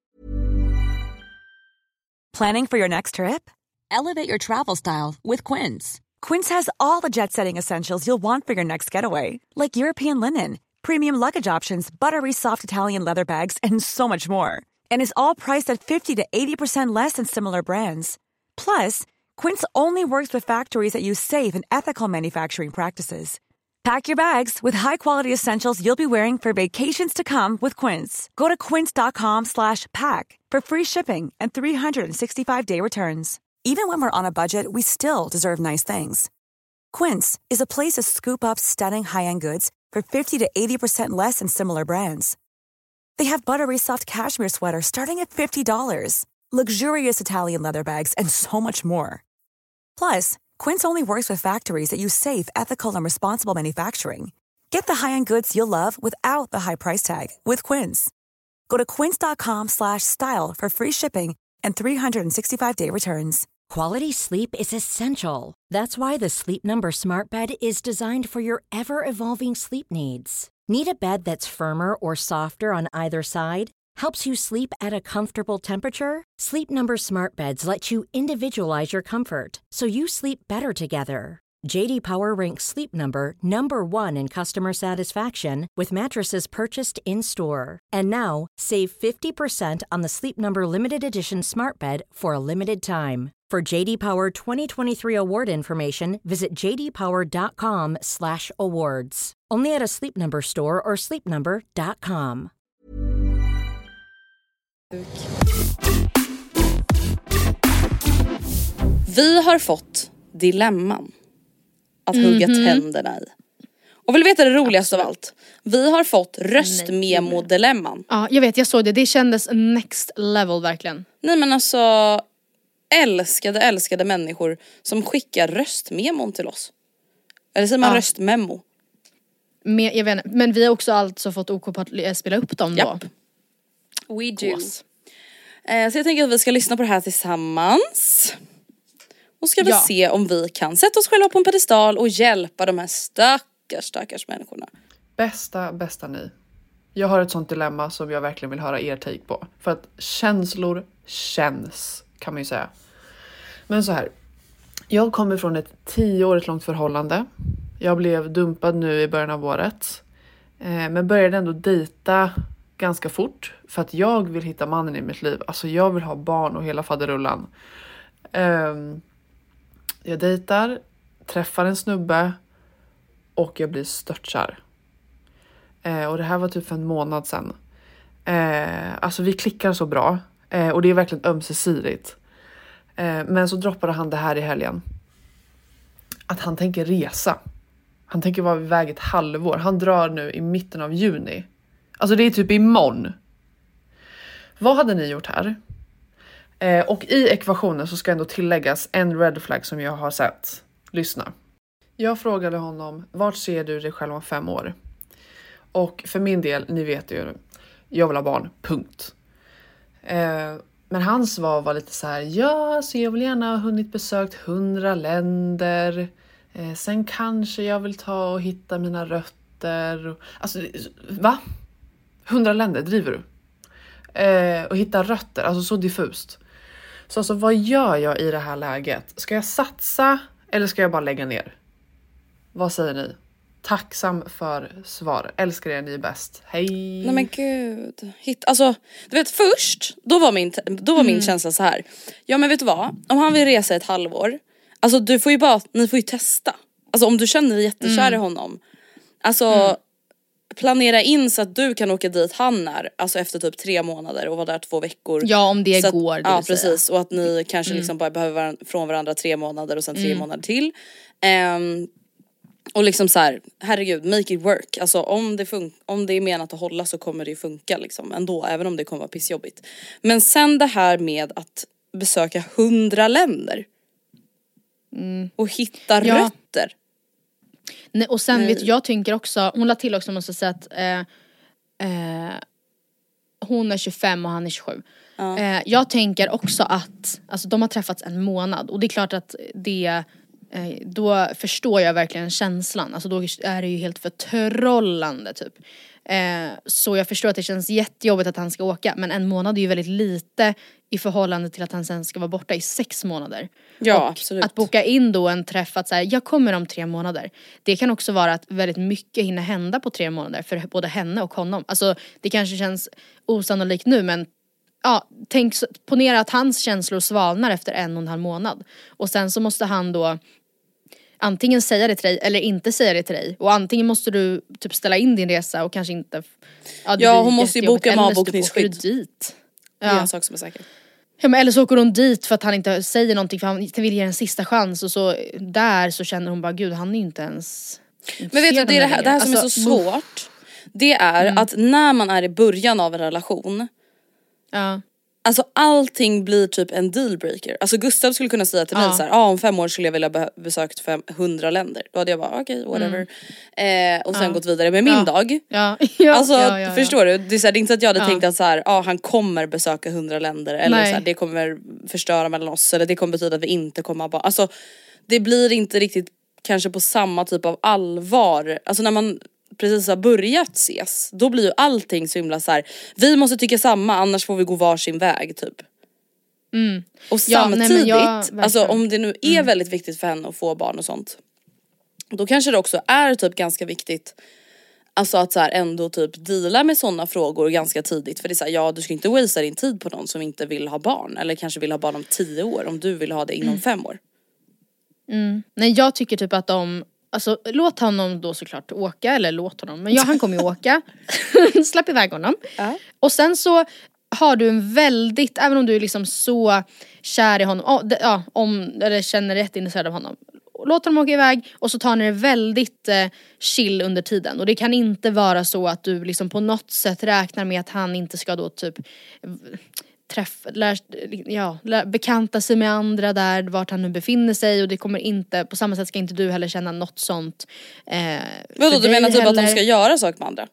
Planning for your next trip? Elevate your travel style with Quince. Quince has all the jet-setting essentials you'll want for your next getaway. Like European linen, premium luggage options, buttery soft Italian leather bags, and so much more. And is all priced at fifty to eighty percent less than similar brands. Plus, Quince only works with factories that use safe and ethical manufacturing practices. Pack your bags with high-quality essentials you'll be wearing for vacations to come with Quince. Go to quince.com slash pack for free shipping and three sixty-five day returns. Even when we're on a budget, we still deserve nice things. Quince is a place to scoop up stunning high-end goods for fifty to eighty percent less than similar brands. They have buttery soft cashmere sweaters starting at fifty dollars, luxurious Italian leather bags, and so much more. Plus, Quince only works with factories that use safe, ethical, and responsible manufacturing. Get the high-end goods you'll love without the high price tag with Quince. Go to quince.com slash style for free shipping and three sixty-five day returns. Quality sleep is essential. That's why the Sleep Number Smart Bed is designed for your ever-evolving sleep needs. Need a bed that's firmer or softer on either side? Helps you sleep at a comfortable temperature? Sleep Number Smart Beds let you individualize your comfort, so you sleep better together. J D Power ranks Sleep Number number one in customer satisfaction with mattresses purchased in-store. And now, save fifty percent on the Sleep Number Limited Edition Smart Bed for a limited time. For J D Power twenty twenty-three award information, visit jdpower.com slash awards. Only at a Sleep Number store or sleep number dot com. Vi har fått dilemman att hugga mm-hmm. tänderna i. Och vill veta det roligaste Absolut. Av allt? Vi har fått röstmemo-dilemman. Ja, jag vet, jag såg det. Det kändes next level verkligen. Nej men alltså, älskade, älskade människor som skickar röstmemon till oss. Eller säger man ja. Röstmemo? Men, jag vet inte, men vi har också alltså fått OK på att spela upp dem då. Japp. We do. Eh, så jag tänker att vi ska lyssna på det här tillsammans. Och ska vi ja. se om vi kan sätta oss själva på en pedestal och hjälpa de här stackars, stackars människorna. Bästa, bästa ni. Jag har ett sånt dilemma som jag verkligen vill höra er take på. För att känslor känns, kan man ju säga. Men så här. Jag kommer från ett tioårigt långt förhållande. Jag blev dumpad nu i början av året. Eh, men började ändå dejta ganska fort. För att jag vill hitta mannen i mitt liv. Alltså jag vill ha barn och hela faderullan. Eh, jag dejtar, träffar en snubbe och jag blir störtkär. Eh, och det här var typ för en månad sedan. Eh, alltså vi klickar så bra. Eh, och det är verkligen ömsesidigt. Eh, men så droppade han det här i helgen. Att han tänker resa. Han tänker vara iväg ett halvår. Han drar nu i mitten av juni. Alltså det är typ imorgon. Vad hade ni gjort här? Eh, och i ekvationen så ska ändå tilläggas en red flag som jag har sett. Lyssna. Jag frågade honom, vart ser du dig själv om fem år? Och för min del, ni vet ju, jag vill ha barn, punkt. Eh, men hans svar var lite så här, ja, så jag vill gärna ha hunnit besökt hundra länder. Eh, sen kanske jag vill ta och hitta mina rötter. Alltså, va? Hundra länder, driver du? Eh, och hitta rötter, alltså så diffust. Så alltså, vad gör jag i det här läget? Ska jag satsa eller ska jag bara lägga ner? Vad säger ni? Tacksam för svar. Älskar er, ni är bäst. Hej! Nej men gud. Hit, alltså, du vet först, då var, min, då var mm. min känsla så här. Ja men vet du vad? Om han vill resa ett halvår. Alltså du får ju bara, ni får ju testa. Alltså om du känner dig jättekär mm. i honom. Alltså, mm. planera in så att du kan åka dit han är, alltså efter typ tre månader och vara där två veckor. Ja, om det att, går, det ja, vill säga. precis. Och att ni kanske mm. liksom bara behöver vara från varandra tre månader och sen tre mm. månader till. Um, och liksom så här, herregud, make it work. Alltså om det, fun- om det är menat att hålla så kommer det ju funka liksom ändå, även om det kommer vara pissjobbigt. Men sen det här med att besöka hundra länder. Mm. Och hitta ja. rötter. Nej, och sen vet jag tänker också, hon la till också måste säga att eh, eh, hon är tjugofem och han är tjugosju. Ja. Eh, jag tänker också att alltså, de har träffats en månad och det är klart att det eh, då förstår jag verkligen känslan. Alltså då är det ju helt förtrollande typ. Eh, så jag förstår att det känns jättejobbigt att han ska åka, men en månad är ju väldigt lite i förhållande till att han sen ska vara borta i sex månader. Ja, och absolut. Att boka in då en träff att säga jag kommer om tre månader. Det kan också vara att väldigt mycket hinner hända på tre månader för både henne och honom. Alltså det kanske känns osannolikt nu, men ja, tänk, ponera att hans känslor svalnar efter en och en halv månad. Och sen så måste han då antingen säga det till dig eller inte säga det till dig. Och antingen måste du typ ställa in din resa och kanske inte. Ja, ja hon måste ju boka med avbokningsskydd. Dit. Ja. Det är en sak som är säker. Ja, men eller så åker hon dit för att han inte säger någonting, för han inte vill ge en sista chans. Och så där så känner hon bara, gud, han är inte ens. Men vet du, det, är det, här, det här som alltså, är så svårt. Det är mm. att när man är i början av en relation. Ja. Alltså allting blir typ en dealbreaker. Alltså Gustav skulle kunna säga till mig ja. så här, ah, om fem år skulle jag vilja be- besökt femhundra länder. Då hade jag bara, okej, okay, whatever. Mm. Eh, och sen ja. gått vidare med min ja. dag. Ja. Ja. Alltså, ja, ja, ja. förstår du? Det är, så här, det är inte att jag hade ja. tänkt att så här, ah, han kommer besöka hundra länder. Eller så här, det kommer förstöra mellan oss. Eller det kommer betyda att vi inte kommer ha barn. Alltså, det blir inte riktigt kanske på samma typ av allvar. Alltså när man precis har börjat ses, då blir ju allting så himla så här, vi måste tycka samma, annars får vi gå varsin väg typ. Mm. Och samtidigt, ja, nej, jag, alltså om det nu är mm. väldigt viktigt för henne att få barn och sånt, då kanske det också är typ ganska viktigt, alltså att så här ändå typ deala med sådana frågor ganska tidigt. För det är så här, ja, du ska inte wastea din tid på någon som inte vill ha barn, eller kanske vill ha barn om tio år om du vill ha det inom mm. fem år. Mm. Nej, jag tycker typ att de, alltså låt honom då såklart åka, eller låt honom, men ja, han kommer ju åka. Släpp iväg honom. Ja. Och sen så har du en väldigt, även om du är liksom så kär i honom, oh, det, ja, om, eller känner rätt intresserad av honom, låt honom åka iväg och så tar ni det väldigt eh, chill under tiden. Och det kan inte vara så att du liksom på något sätt räknar med att han inte ska då typ träffa, lär, ja, lär, bekanta sig med andra där vart han nu befinner sig, och det kommer inte, på samma sätt ska inte du heller känna något sånt. Eh, Vadå, du menar typ heller. Att de ska göra saker med andra?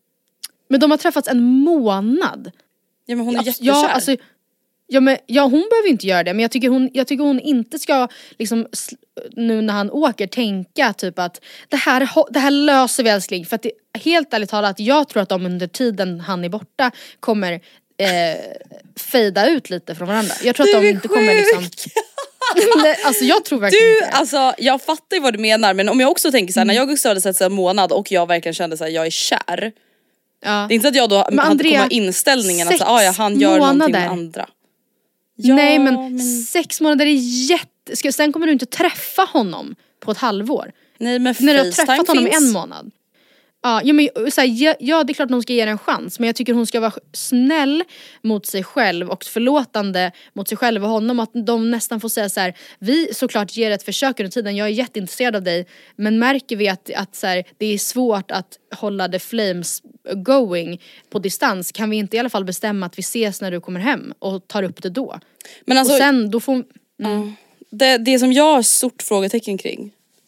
Men de har träffats en månad. Ja, men hon är ja, jättekär. Ja, alltså, ja, men, ja, hon behöver inte göra det, men jag tycker hon, jag tycker hon inte ska liksom, nu när han åker, tänka typ att det här, det här löser vi, älskling. För att det, helt ärligt talat, jag tror att de under tiden han är borta kommer eh, fejda ut lite från varandra. Jag tror att de inte sjuk. kommer liksom. Nej, alltså jag tror verkligen du, inte det. Alltså jag fattar ju vad du menar, men om jag också tänker så här, mm. när jag och Gustav hade sett sig en månad och jag verkligen kände så här, jag är kär. Ja. Det är inte att jag då men hade Andrea, kommit inställningen att så, ah, ja, han gör månader. någonting med andra. Ja, nej men, men sex månader är jätte. Sen kommer du inte träffa honom på ett halvår. Nej, men när du har träffat finns. honom i en månad. Ja, ja, men, så här, ja, det är klart att hon ska ge en chans, men jag tycker hon ska vara snäll mot sig själv och förlåtande mot sig själv och honom, att de nästan får säga så här: vi såklart ger ett försök under tiden, jag är jätteintresserad av dig, men märker vi att, att så här, det är svårt att hålla the flames going på distans, kan vi inte i alla fall bestämma att vi ses när du kommer hem och tar upp det då. Men alltså, och sen då får mm. det, det som jag har stort frågetecken kring,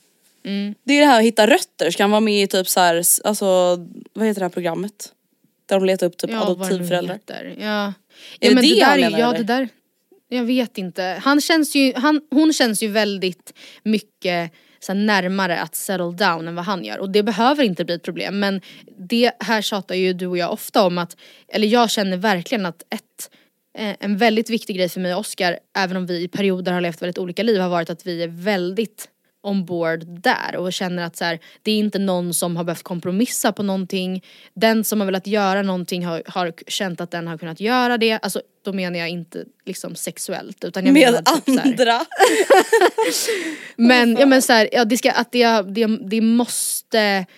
Mm. det är det här att hitta rötter. Ska han vara med i typ så här, alltså vad heter det här programmet där de letar upp typ ja, adoptivföräldrar? Ja, är ja det men det, det där, menar, ja, det där, jag vet inte. Han känns ju, han, hon känns ju väldigt mycket så här, närmare att settle down än vad han gör, och det behöver inte bli ett problem. Men det här tjatar ju du och jag ofta om att, eller jag känner verkligen att ett en väldigt viktig grej för mig och Oscar, även om vi i perioder har levt väldigt olika liv, har varit att vi är väldigt ombord där och känner att så här, det är inte någon som har behövt kompromissa på någonting. Den som har velat göra någonting har, har känt att den har kunnat göra det. Alltså då menar jag inte liksom sexuellt, utan jag med menar typ andra. men ja, men så här, ja, det ska att det, det, det måste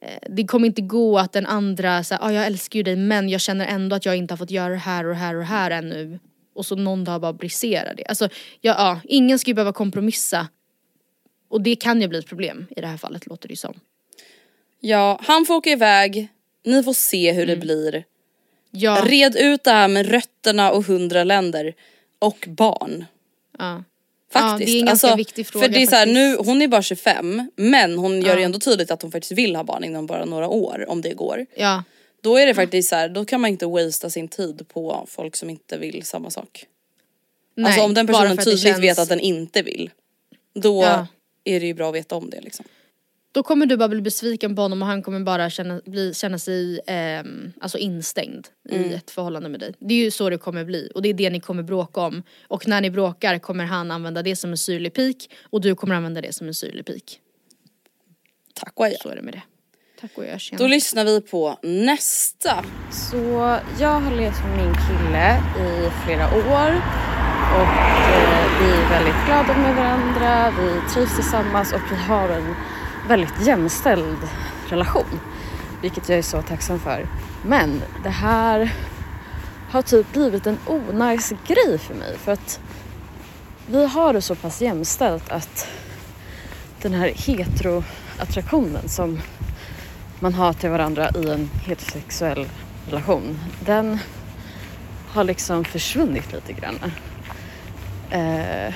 det kommer inte gå att den andra så här, ah, jag älskar ju dig men jag känner ändå att jag inte har fått göra det här och det här och det här ännu. Och så någon dag bara briserar det. Alltså, ja, ja, ingen ska ju behöva kompromissa. Och det kan ju bli ett problem i det här fallet, låter det som. Ja, han får åka iväg. Ni får se hur mm. det blir. Ja. Red ut det här med rötterna och hundra länder. Och barn. Ja. Faktiskt. Ja, det är en ganska alltså, viktig fråga. För det är så här, nu, hon är bara tjugofem. Men hon gör ja. ju ändå tydligt att hon faktiskt vill ha barn inom bara några år. Om det går. Ja. Då är det faktiskt så här, då kan man inte wastea sin tid på folk som inte vill samma sak. Nej, alltså om den personen tydligt känns... vet att den inte vill. Då ja. är det ju bra att veta om det liksom. Då kommer du bara bli besviken på honom och han kommer bara känna, bli, känna sig eh, alltså instängd mm. i ett förhållande med dig. Det är ju så det kommer bli och det är det ni kommer bråka om. Och när ni bråkar kommer han använda det som en syrlig pik och du kommer använda det som en syrlig pik. Tack och jag. Så är det med det. Tack och jag. Då lyssnar vi på nästa. Så jag har levt med min kille i flera år och eh, vi är väldigt glada med varandra. Vi trivs tillsammans och vi har en väldigt jämställd relation, vilket jag är så tacksam för. Men det här har typ blivit en onajs grej för mig, för att vi har det så pass jämställt att den här heteroattraktionen som man har till varandra i en heterosexuell relation, den har liksom försvunnit lite grann. Eh,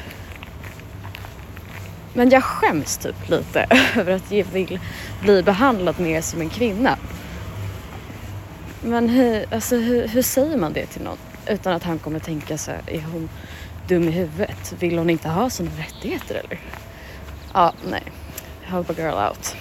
Men jag skäms typ lite över att jag vill bli behandlad mer som en kvinna. Men hur, alltså, hur, hur säger man det till någon? Utan att han kommer tänka så här, är hon dum i huvudet? Vill hon inte ha sina rättigheter eller? Ja, nej. Help a girl out.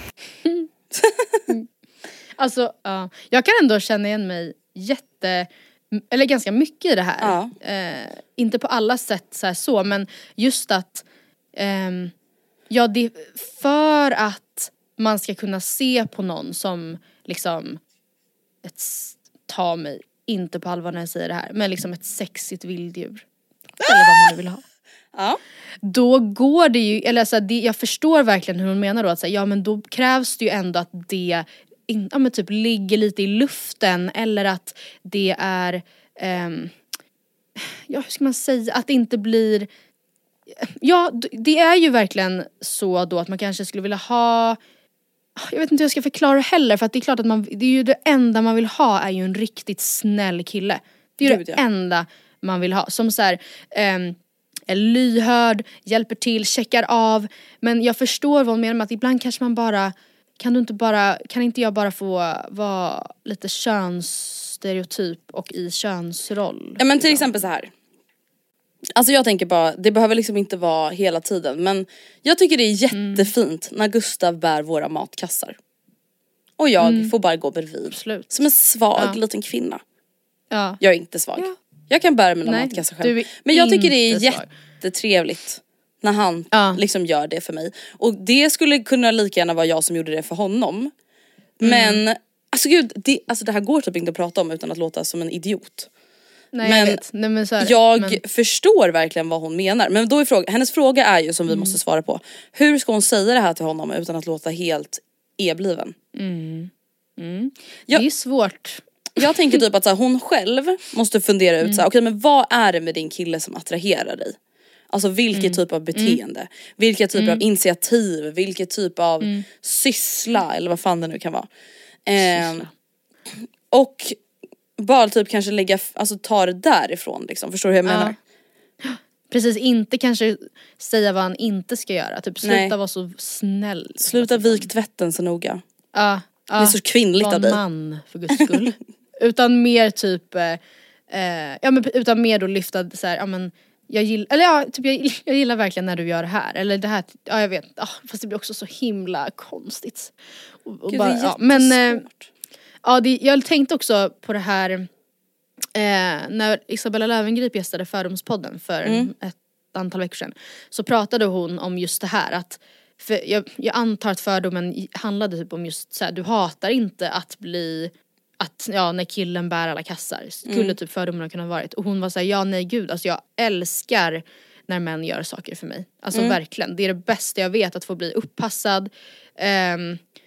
Alltså, uh, jag kan ändå känna igen mig jätte... Eller ganska mycket i det här. Ja. Uh, inte på alla sätt så, här, så men just att... Um, Ja, det för att man ska kunna se på någon som liksom ett, ta mig inte på allvar när jag säger det här, men liksom ett sexigt vilddjur. Eller vad man nu vill ha. Ja. Då går det ju, eller så det, jag förstår verkligen hur hon menar då, att säga, ja men då krävs det ju ändå att det in, ja, men typ ligger lite i luften, eller att det är um, ja, hur ska man säga, att det inte blir. Ja, det är ju verkligen så då att man kanske skulle vilja ha, jag vet inte hur jag ska förklara heller, för att det är klart att man, det är ju det enda man vill ha är ju en riktigt snäll kille. Det är ju det enda man vill ha, som så här, um, är lyhörd, hjälper till, checkar av. Men jag förstår vad hon menar med att ibland kanske man bara, kan du inte bara, kan inte jag bara få vara lite könsstereotyp och i könsroll? Ja, men till exempel så här. Alltså jag tänker bara, det behöver liksom inte vara hela tiden, men jag tycker det är jättefint mm. när Gustav bär våra matkassar. Och jag mm. får bara gå bredvid. Absolut. Som en svag ja. liten kvinna. Ja. Jag är inte svag. Ja. Jag kan bära mina Nej, matkassar själv. Men jag tycker det är svag. jättetrevligt när han ja. liksom gör det för mig. Och det skulle kunna lika gärna vara jag som gjorde det för honom. Mm. Men, alltså gud, det, alltså det här går typ inte att prata om utan att låta som en idiot. Nej, men jag, vet. Nej, men så här, jag men... förstår verkligen vad hon menar. Men då är fråga, hennes fråga är ju som vi mm. måste svara på. Hur ska hon säga det här till honom utan att låta helt ebliven? Mm. Mm. Jag, det är svårt. Jag tänker typ att så här, hon själv måste fundera ut mm. så här, okej, men vad är det med din kille som attraherar dig? Alltså vilket mm. typ av beteende, mm. vilka typer mm. av initiativ, vilket typ av mm. syssla eller vad fan det nu kan vara. Eh, och bara typ kanske lägga, alltså ta det därifrån liksom, förstår du hur jag menar? Ja. Precis, inte kanske säga vad han inte ska göra, typ sluta Nej. vara så snäll. Sluta vik tvätten så noga. Ja, ja. Det är så kvinnligt av dig. Var man för guds skull. Utan mer typ eh, ja men utan mer då lyfta så här, ja men jag gillar, eller ja, typ jag, jag gillar verkligen när du gör det här, eller det här, ja jag vet, oh, fast det blir också så himla konstigt. Och, och Gud, bara, det är ja, men eh, ja, det, jag tänkte också på det här eh, när Isabella Löwengrip gästade Fördomspodden för mm. ett antal veckor sedan, så pratade hon om just det här att, för jag, jag antar att fördomen handlade typ om just så här, du hatar inte att bli, att ja, när killen bär alla kassar skulle mm. typ fördomarna kunna varit, och hon var såhär, ja nej gud, alltså jag älskar när män gör saker för mig, alltså mm. verkligen, det är det bästa jag vet, att få bli uppassad, um,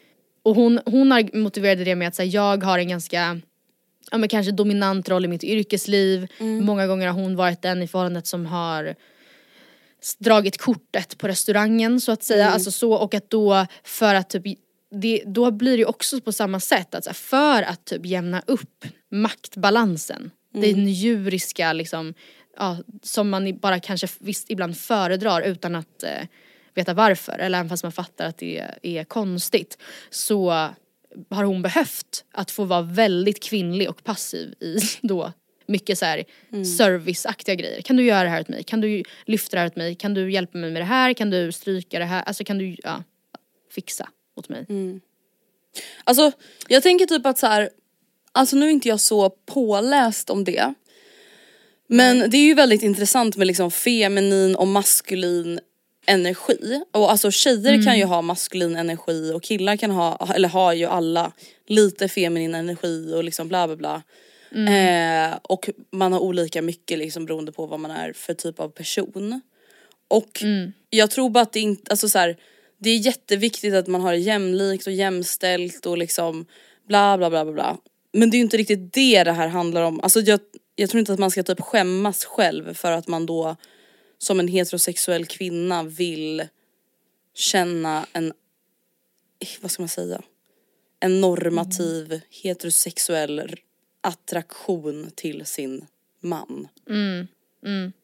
och hon, hon har motiverade det med att så här, jag har en ganska ja, men kanske dominant roll i mitt yrkesliv. Mm. Många gånger har hon varit den i förhållandet som har dragit kortet på restaurangen så att säga. Mm. Alltså så, och att då för att typ det, då blir det också på samma sätt att för att typ jämna upp maktbalansen. Mm. Den djuriska liksom ja, som man bara kanske visst ibland föredrar utan att eh, veta varför. Eller även fast man fattar att det är, är konstigt. Så har hon behövt att få vara väldigt kvinnlig och passiv i då mycket så här mm. serviceaktiga grejer. Kan du göra det här åt mig? Kan du lyfta det här åt mig? Kan du hjälpa mig med det här? Kan du stryka det här? Alltså kan du ja, fixa åt mig? Mm. Alltså jag tänker typ att så här, alltså nu är inte jag så påläst om det. Men mm. det är ju väldigt intressant med liksom feminin och maskulin energi. Och alltså tjejer mm. kan ju ha maskulin energi och killar kan ha, eller har ju alla lite feminin energi och liksom bla bla bla. Mm. Eh, och man har olika mycket liksom beroende på vad man är för typ av person. Och mm. jag tror bara att det inte, alltså så här, det är jätteviktigt att man har det jämlikt och jämställt och liksom bla bla bla bla bla. Men det är ju inte riktigt det det här handlar om. Alltså jag, jag tror inte att man ska typ skämmas själv för att man då som en heterosexuell kvinna vill känna en, vad ska man säga, en normativ mm. heterosexuell attraktion till sin man. Mm. Mm.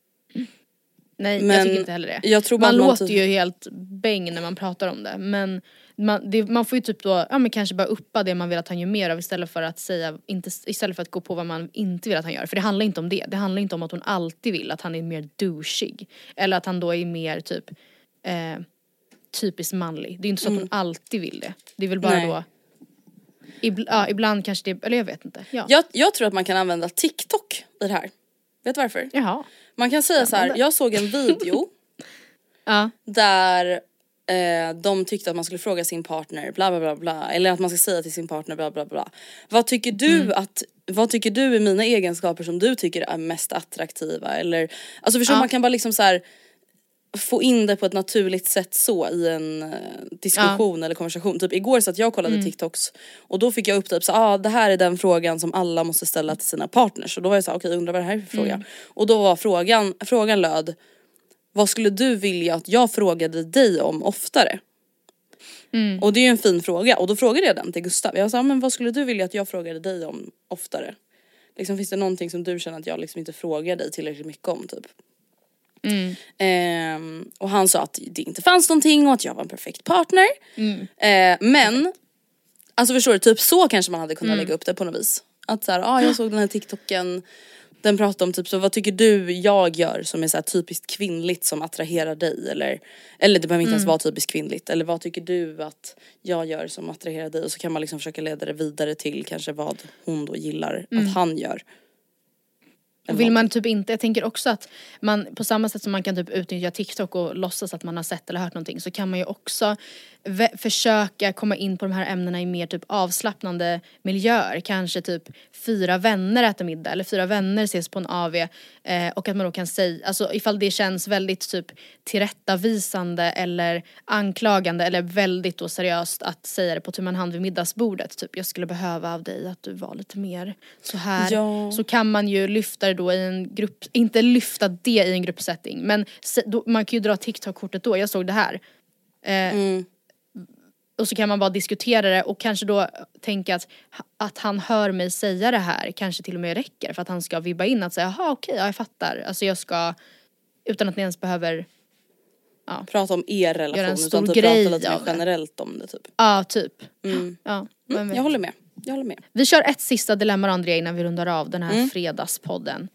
Nej, men jag tycker inte heller det. Jag tror man man låter typ... ju helt bäng när man pratar om det. Men man, det, man får ju typ då, ja men kanske bara uppa det man vill att han gör mer av istället för att säga, inte, istället för att gå på vad man inte vill att han gör. För det handlar inte om det. Det handlar inte om att hon alltid vill att han är mer douchig. Eller att han då är mer typ eh, typiskt manlig. Det är inte så mm. att hon alltid vill det. Det är väl bara Nej. då Ibl- ja, ibland kanske det, eller jag vet inte. Ja. Jag, jag tror att man kan använda TikTok i det här. Vet du varför? Jaha. Man kan säga ja, så här, jag såg en video ja. där eh, de tyckte att man skulle fråga sin partner bla bla bla bla, eller att man ska säga till sin partner bla bla bla. Vad tycker du mm. att vad tycker du är mina egenskaper som du tycker är mest attraktiva, eller alltså förstår ja. man kan bara liksom så här få in det på ett naturligt sätt så i en diskussion ja. eller konversation. Typ igår så att jag kollade mm. TikToks och då fick jag upp typ så ah, det här är den frågan som alla måste ställa till sina partners. Och då var jag så okej, okay, undrar vad det här är för fråga. Mm. Och då var frågan frågan löd: vad skulle du vilja att jag frågade dig om oftare? Mm. Och det är ju en fin fråga. Och då frågade jag den till Gustav. Jag sa, men vad skulle du vilja att jag frågade dig om oftare? Liksom, finns det någonting som du känner att jag liksom inte frågar dig tillräckligt mycket om typ? Mm. Eh, och han sa att det inte fanns någonting och att jag var en perfekt partner. Mm. Eh, men alltså förstår du, typ så kanske man hade kunnat mm. lägga upp det på något vis. Att så här, ah, jag såg den här TikToken. Den pratade om typ så, vad tycker du jag gör som är så här typiskt kvinnligt som attraherar dig? Eller, eller det behöver inte mm. ens vara typiskt kvinnligt. Eller vad tycker du att jag gör som attraherar dig? Och så kan man liksom försöka leda det vidare till kanske vad hon då gillar mm. att han gör. Och vill man typ inte, jag tänker också att man på samma sätt som man kan typ utnyttja TikTok och låtsas att man har sett eller hört någonting, så kan man ju också v- försöka komma in på de här ämnena i mer typ avslappnande miljöer. Kanske typ fyra vänner äter middag eller fyra vänner ses på en A V eh, och att man då kan säga, alltså ifall det känns väldigt typ tillrättavisande eller anklagande eller väldigt då seriöst att säga det på tu man hand vid middagsbordet. Typ, jag skulle behöva av dig att du var lite mer så här. Ja. Så kan man ju lyfta det då i en grupp, inte lyfta det i en gruppsättning, men se, då, man kan ju dra TikTok-kortet då, jag såg det här. Eh, mm. Och så kan man bara diskutera det och kanske då tänka att, att han hör mig säga det här kanske till och med räcker för att han ska vibba in att säga, jaha okej, ja, jag fattar. Alltså jag ska, utan att ni ens behöver ja, prata om er relation, en stor utan typ grej prata lite mer generellt om det typ. Ja, typ. Mm. Ja, mm, jag håller med. Jag håller med. Vi kör ett sista dilemma, Andrea, innan vi rundar av den här mm. fredagspodden.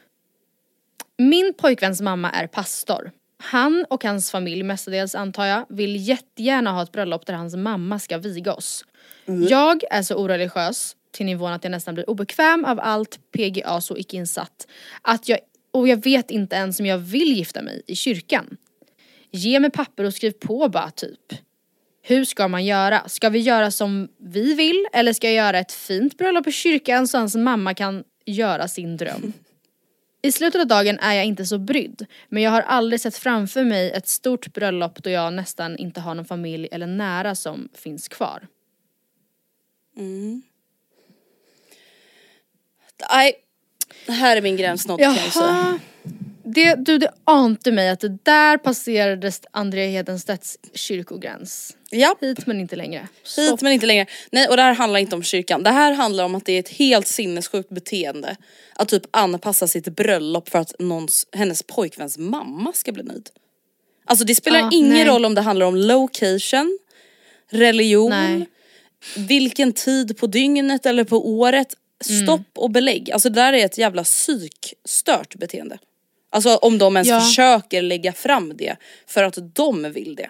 Min pojkväns mamma är pastor. Han och hans familj, mestadels antar jag, vill jättegärna ha ett bröllop där hans mamma ska viga oss. Mm. Jag är så oreligiös till nivån att jag nästan blir obekväm av allt P G A så icke-insatt. Att jag, och jag vet inte ens om jag vill gifta mig i kyrkan. Ge mig papper och skriv på bara typ. Hur ska man göra? Ska vi göra som vi vill? Eller ska jag göra ett fint bröllop i kyrkan så hans mamma kan göra sin dröm? I slutet av dagen är jag inte så brydd. Men jag har aldrig sett framför mig ett stort bröllop då jag nästan inte har någon familj eller nära som finns kvar. Mm. Nej, här är min gräns något, kan jag säga. Det, du, det ante mig att det där passerades Andrea Hedenstedts kyrkogräns. Ja. Hit men inte längre. Stopp. Hit men inte längre. Nej, och det här handlar inte om kyrkan. Det här handlar om att det är ett helt sinnessjukt beteende. Att typ anpassa sitt bröllop för att någons, hennes pojkväns mamma ska bli nöjd. Alltså det spelar ah, ingen nej. roll om det handlar om location, religion, nej. vilken tid på dygnet eller på året. Stopp mm. och belägg. Alltså det där är ett jävla psykstört beteende. Alltså om de ens ja. försöker lägga fram det för att de vill det.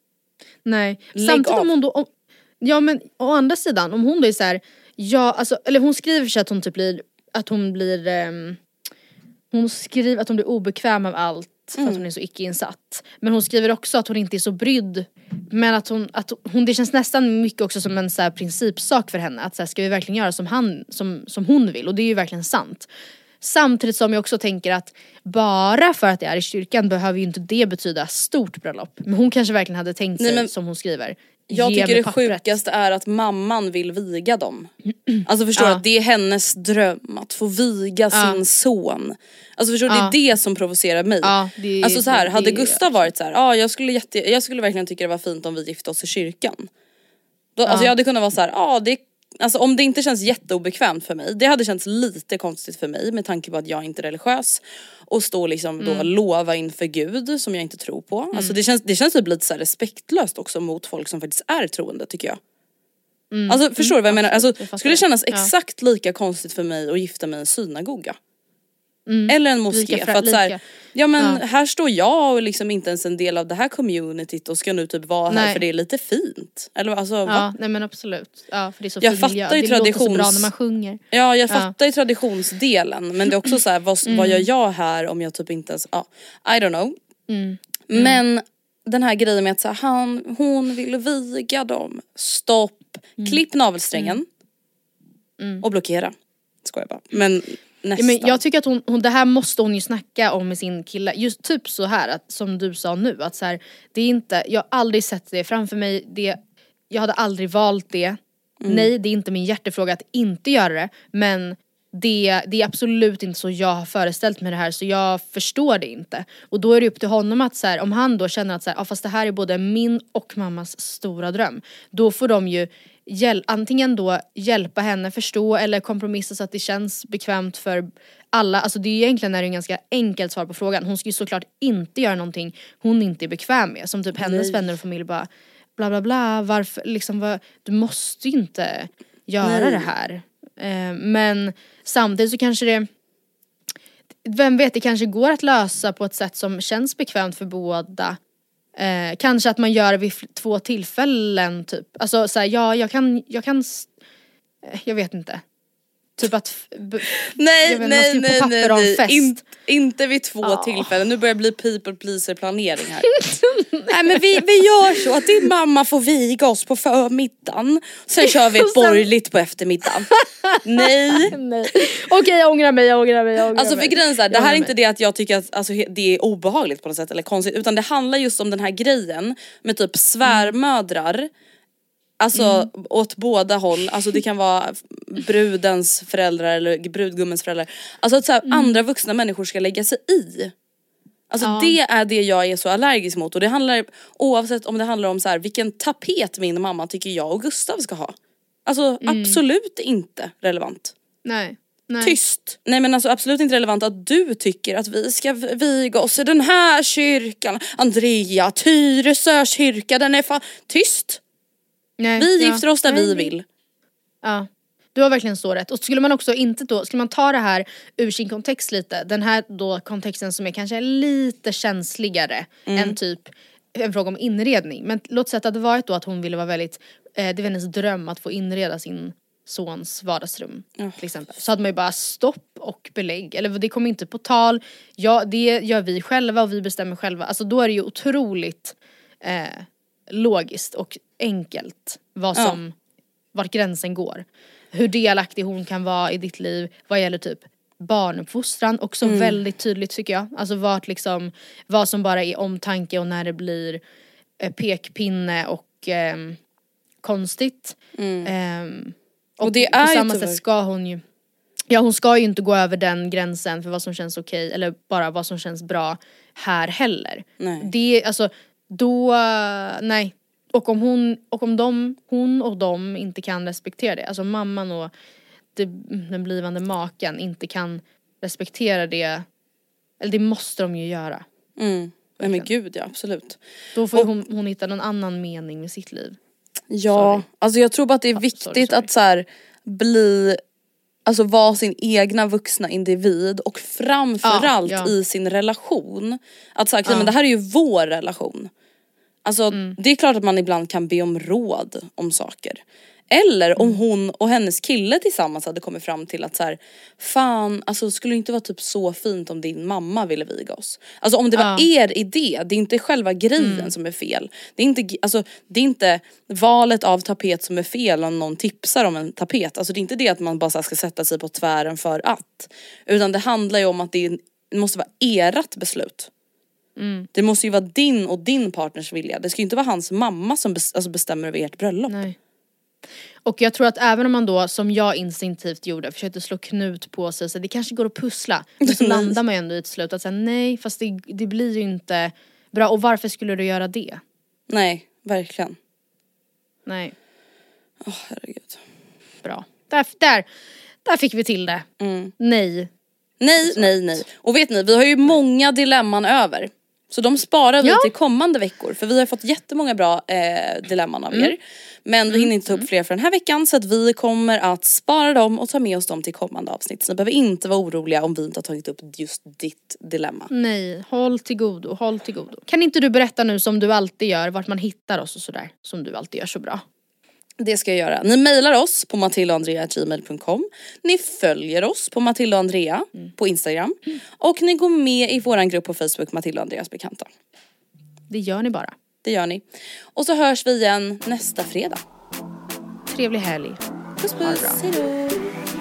Nej, lägg samtidigt av. om hon då om, ja men å andra sidan om hon då är så här, ja alltså eller hon skriver så att hon typ blir att hon blir um, hon skriver att hon blir obekväm av allt för mm. att hon är så icke-insatt. Men hon skriver också att hon inte är så brydd, men att hon att hon det känns nästan mycket också som en så här principsak för henne att så här, ska vi verkligen göra som han som som hon vill, och det är ju verkligen sant. Samtidigt som jag också tänker att bara för att det är i kyrkan behöver ju inte det betyda stort bröllop. Men hon kanske verkligen hade tänkt sig, nej, men som hon skriver. Jag tycker det pappret. sjukaste är att mamman vill viga dem. Alltså förstår du ja. att det är hennes dröm att få viga ja. sin son. Alltså förstår du, ja. det är det som provocerar mig. Ja, det, alltså så här, det, hade Gustav varit så här, ja jag skulle jätte, jag skulle verkligen tycka det var fint om vi gifte oss i kyrkan. Då, ja. Alltså jag hade kunnat vara så här, ja det alltså om det inte känns jätteobekvämt för mig, det hade känts lite konstigt för mig med tanke på att jag inte är religiös och stå liksom då mm. lova inför Gud som jag inte tror på. Mm. Alltså det känns det känns typ lite så här respektlöst också mot folk som faktiskt är troende, tycker jag. Mm. Alltså förstår du vad jag menar? Alltså skulle det kännas exakt lika konstigt för mig att gifta mig i en synagoga. Mm. Eller en moské, för att så här, ja men ja. här står jag och liksom inte ens en del av det här communityt och ska nu typ vara nej. här för det är lite fint. Eller alltså ja, va? nej men absolut. Ja, för det är så jag fattar ju det traditions... låter så bra när man sjunger. Ja, jag fattar ju ja. traditionsdelen, men det är också så här, vad, mm. vad gör jag här om jag typ inte ens ja, I don't know. Mm. Mm. Men den här grejen med att så här, han hon vill viga dem. Stopp. Mm. Klipp navelsträngen. Mm. Och blockera. Ska jag bara. Men Ja, men jag tycker att hon, hon, det här måste hon ju snacka om med sin kille. Just typ så här att, som du sa nu, att så här, det är inte, jag har aldrig sett det framför mig, det, jag hade aldrig valt det. Mm. Nej, det är inte min hjärtefråga att inte göra det, men det, det är absolut inte så jag har föreställt mig det här, så jag förstår det inte. Och då är det upp till honom att så här, om han då känner att så här, ja, fast det här är både min och mammas stora dröm, då får de ju Hjäl- antingen då hjälpa henne förstå eller kompromissa så att det känns bekvämt för alla. Alltså det är egentligen är det en ganska enkelt svar på frågan. Hon ska ju såklart inte göra någonting hon inte är bekväm med. Som typ hennes Nej. vänner och familj bara bla bla bla. Varför, liksom, var, du måste ju inte göra Nej. det här. Eh, men samtidigt så kanske det, vem vet, det kanske går att lösa på ett sätt som känns bekvämt för båda. Eh, kanske att man gör det vid f- två tillfällen typ. Alltså såhär, ja jag kan, jag kan eh, jag vet inte. Typ att b- Nej, vet, nej, nej, nej, nej. Fest. In, inte vid två oh. tillfällen. Nu börjar det bli people pleaser planering här. Nej men vi, vi gör så att din mamma får viga oss på förmiddagen. Sen kör vi ett sen... borgerligt på eftermiddagen. Nej. nej. Okej, okay, jag ångrar mig, jag ångrar mig, jag ångrar Alltså för grejen så här, det här är inte mig. det att jag tycker att alltså, det är obehagligt på något sätt eller konstigt, utan det handlar just om den här grejen med typ svärmödrar. Mm. Alltså mm. åt båda håll. Alltså det kan vara brudens föräldrar eller brudgummens föräldrar. Alltså att så här, mm. andra vuxna människor ska lägga sig i. Alltså ja. det är det jag är så allergisk mot. Och det handlar, oavsett om det handlar om så här, vilken tapet min mamma tycker jag och Gustav ska ha. Alltså mm. absolut inte relevant. Nej. Nej. Tyst. Nej men alltså absolut inte relevant att du tycker att vi ska viga oss i den här kyrkan. Andrea, Tyresö kyrka, den är fan... Tyst. Nej, vi ja. gifter oss där Nej. vi vill. Ja, du har verkligen så rätt. Och skulle man också inte då, skulle man ta det här ur sin kontext lite, den här då kontexten som är kanske lite känsligare mm. än typ en fråga om inredning. Men låt säga att det varit då att hon ville vara väldigt, eh, det var hennes dröm att få inreda sin sons vardagsrum oh. till exempel. Så hade man ju bara stopp och belägg. Eller det kommer inte på tal. Ja, det gör vi själva och vi bestämmer själva. Alltså då är det ju otroligt eh, logiskt och enkelt vad som, ja. vart gränsen går. Hur delaktig hon kan vara i ditt liv vad gäller typ barnuppfostran också mm. väldigt tydligt tycker jag. Alltså vart liksom, vad som bara är omtanke och när det blir eh, pekpinne och eh, konstigt. Mm. Eh, Och, Och det på är ju samma tyvärr- sätt ska hon ju, ja hon ska ju inte gå över den gränsen för vad som känns okej eller bara vad som känns bra här heller. Nej. Det, alltså då, nej. Och om hon, och om de, hon och de inte kan respektera det, alltså mamman och det, den blivande maken inte kan respektera det, eller det måste de ju göra. Mm. Nej men gud, ja absolut. Då får Och- hon, hon hitta någon annan mening med sitt liv. Ja, Sorry. alltså jag tror bara att det är Ja, viktigt sorry, sorry. att så här bli, alltså vara sin egna vuxna individ och framförallt Ja, ja. i sin relation. Att säga, Ja. men det här är ju vår relation. Alltså Mm. det är klart att man ibland kan be om råd om saker. Eller om Mm. hon och hennes kille tillsammans hade kommit fram till att så här, fan, alltså skulle det inte vara typ så fint om din mamma ville viga oss. Alltså om det var Ja. er idé, det är inte själva grejen Mm. som är fel. Det är inte, alltså, det är inte valet av tapet som är fel om någon tipsar om en tapet. Alltså det är inte det att man bara så här ska sätta sig på tvären för att. Utan det handlar ju om att det, är, det måste vara ert beslut. Mm. Det måste ju vara din och din partners vilja. Det ska ju inte vara hans mamma som bes, alltså bestämmer över ert bröllop. Nej. Och jag tror att även om man då, som jag instinktivt gjorde, försökte slå knut på sig, så det kanske går att pussla. Men så landar man ju ändå i ett slut att säga nej, fast det, det blir ju inte bra. Och varför skulle du göra det? Nej, verkligen. Nej, Åh herregud. bra. Där, där, där fick vi till det. Mm. Nej. Nej, nej, nej. Och vet ni, vi har ju många dilemman över. Så de sparar vi Ja. till kommande veckor. För vi har fått jättemånga bra eh, dilemman av er. Men vi hinner inte ta upp fler för den här veckan. Så att vi kommer att spara dem och ta med oss dem till kommande avsnitt. Så ni behöver inte vara oroliga om vi inte har tagit upp just ditt dilemma. Nej, håll till godo, håll till godo. Kan inte du berätta nu som du alltid gör, vart man hittar oss och sådär, som du alltid gör så bra? Det ska jag göra. Ni mejlar oss på matilda och andrea at gmail punkt com. Ni följer oss på Matilda och Andrea på Instagram. Och ni går med i våran grupp på Facebook, Matilda och Andreas bekanta. Det gör ni bara. Det gör ni. Och så hörs vi igen nästa fredag. Trevlig helg. Puss Ha det puss, bra. hejdå.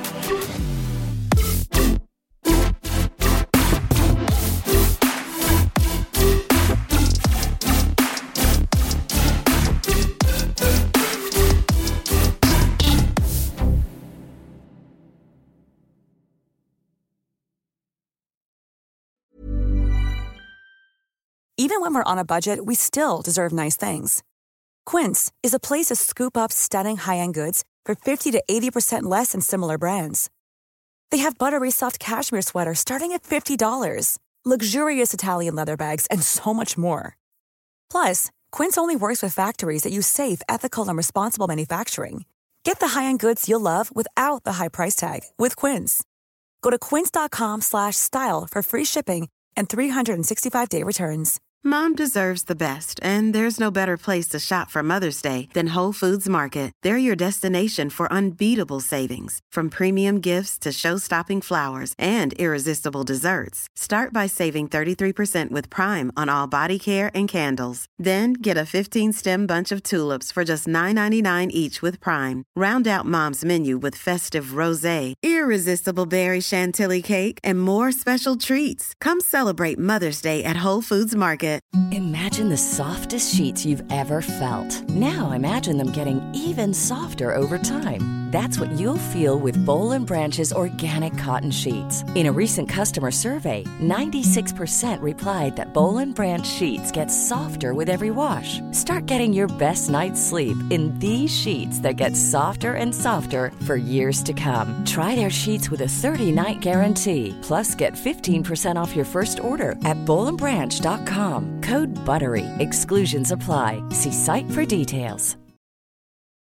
Even when we're on a budget, we still deserve nice things. Quince is a place to scoop up stunning high-end goods for fifty to eighty percent less than similar brands. They have buttery soft cashmere sweaters starting at fifty dollars, luxurious Italian leather bags, and so much more. Plus, Quince only works with factories that use safe, ethical, and responsible manufacturing. Get the high-end goods you'll love without the high price tag with Quince. Go to quince.com slash style for free shipping and three sixty-five day returns. Mom deserves the best, and there's no better place to shop for Mother's Day than Whole Foods Market. They're your destination for unbeatable savings, from premium gifts to show-stopping flowers and irresistible desserts. Start by saving thirty-three percent with Prime on all body care and candles. Then get a fifteen-stem bunch of tulips for just nine ninety-nine each with Prime. Round out Mom's menu with festive rosé, irresistible berry chantilly cake, and more special treats. Come celebrate Mother's Day at Whole Foods Market. Imagine the softest sheets you've ever felt. Now imagine them getting even softer over time. That's what you'll feel with Bowl and Branch's organic cotton sheets. In a recent customer survey, ninety-six percent replied that Bowl and Branch sheets get softer with every wash. Start getting your best night's sleep in these sheets that get softer and softer for years to come. Try their sheets with a thirty-night guarantee. Plus, get fifteen percent off your first order at bowl and branch dot com. Code BUTTERY. Exclusions apply. See site for details.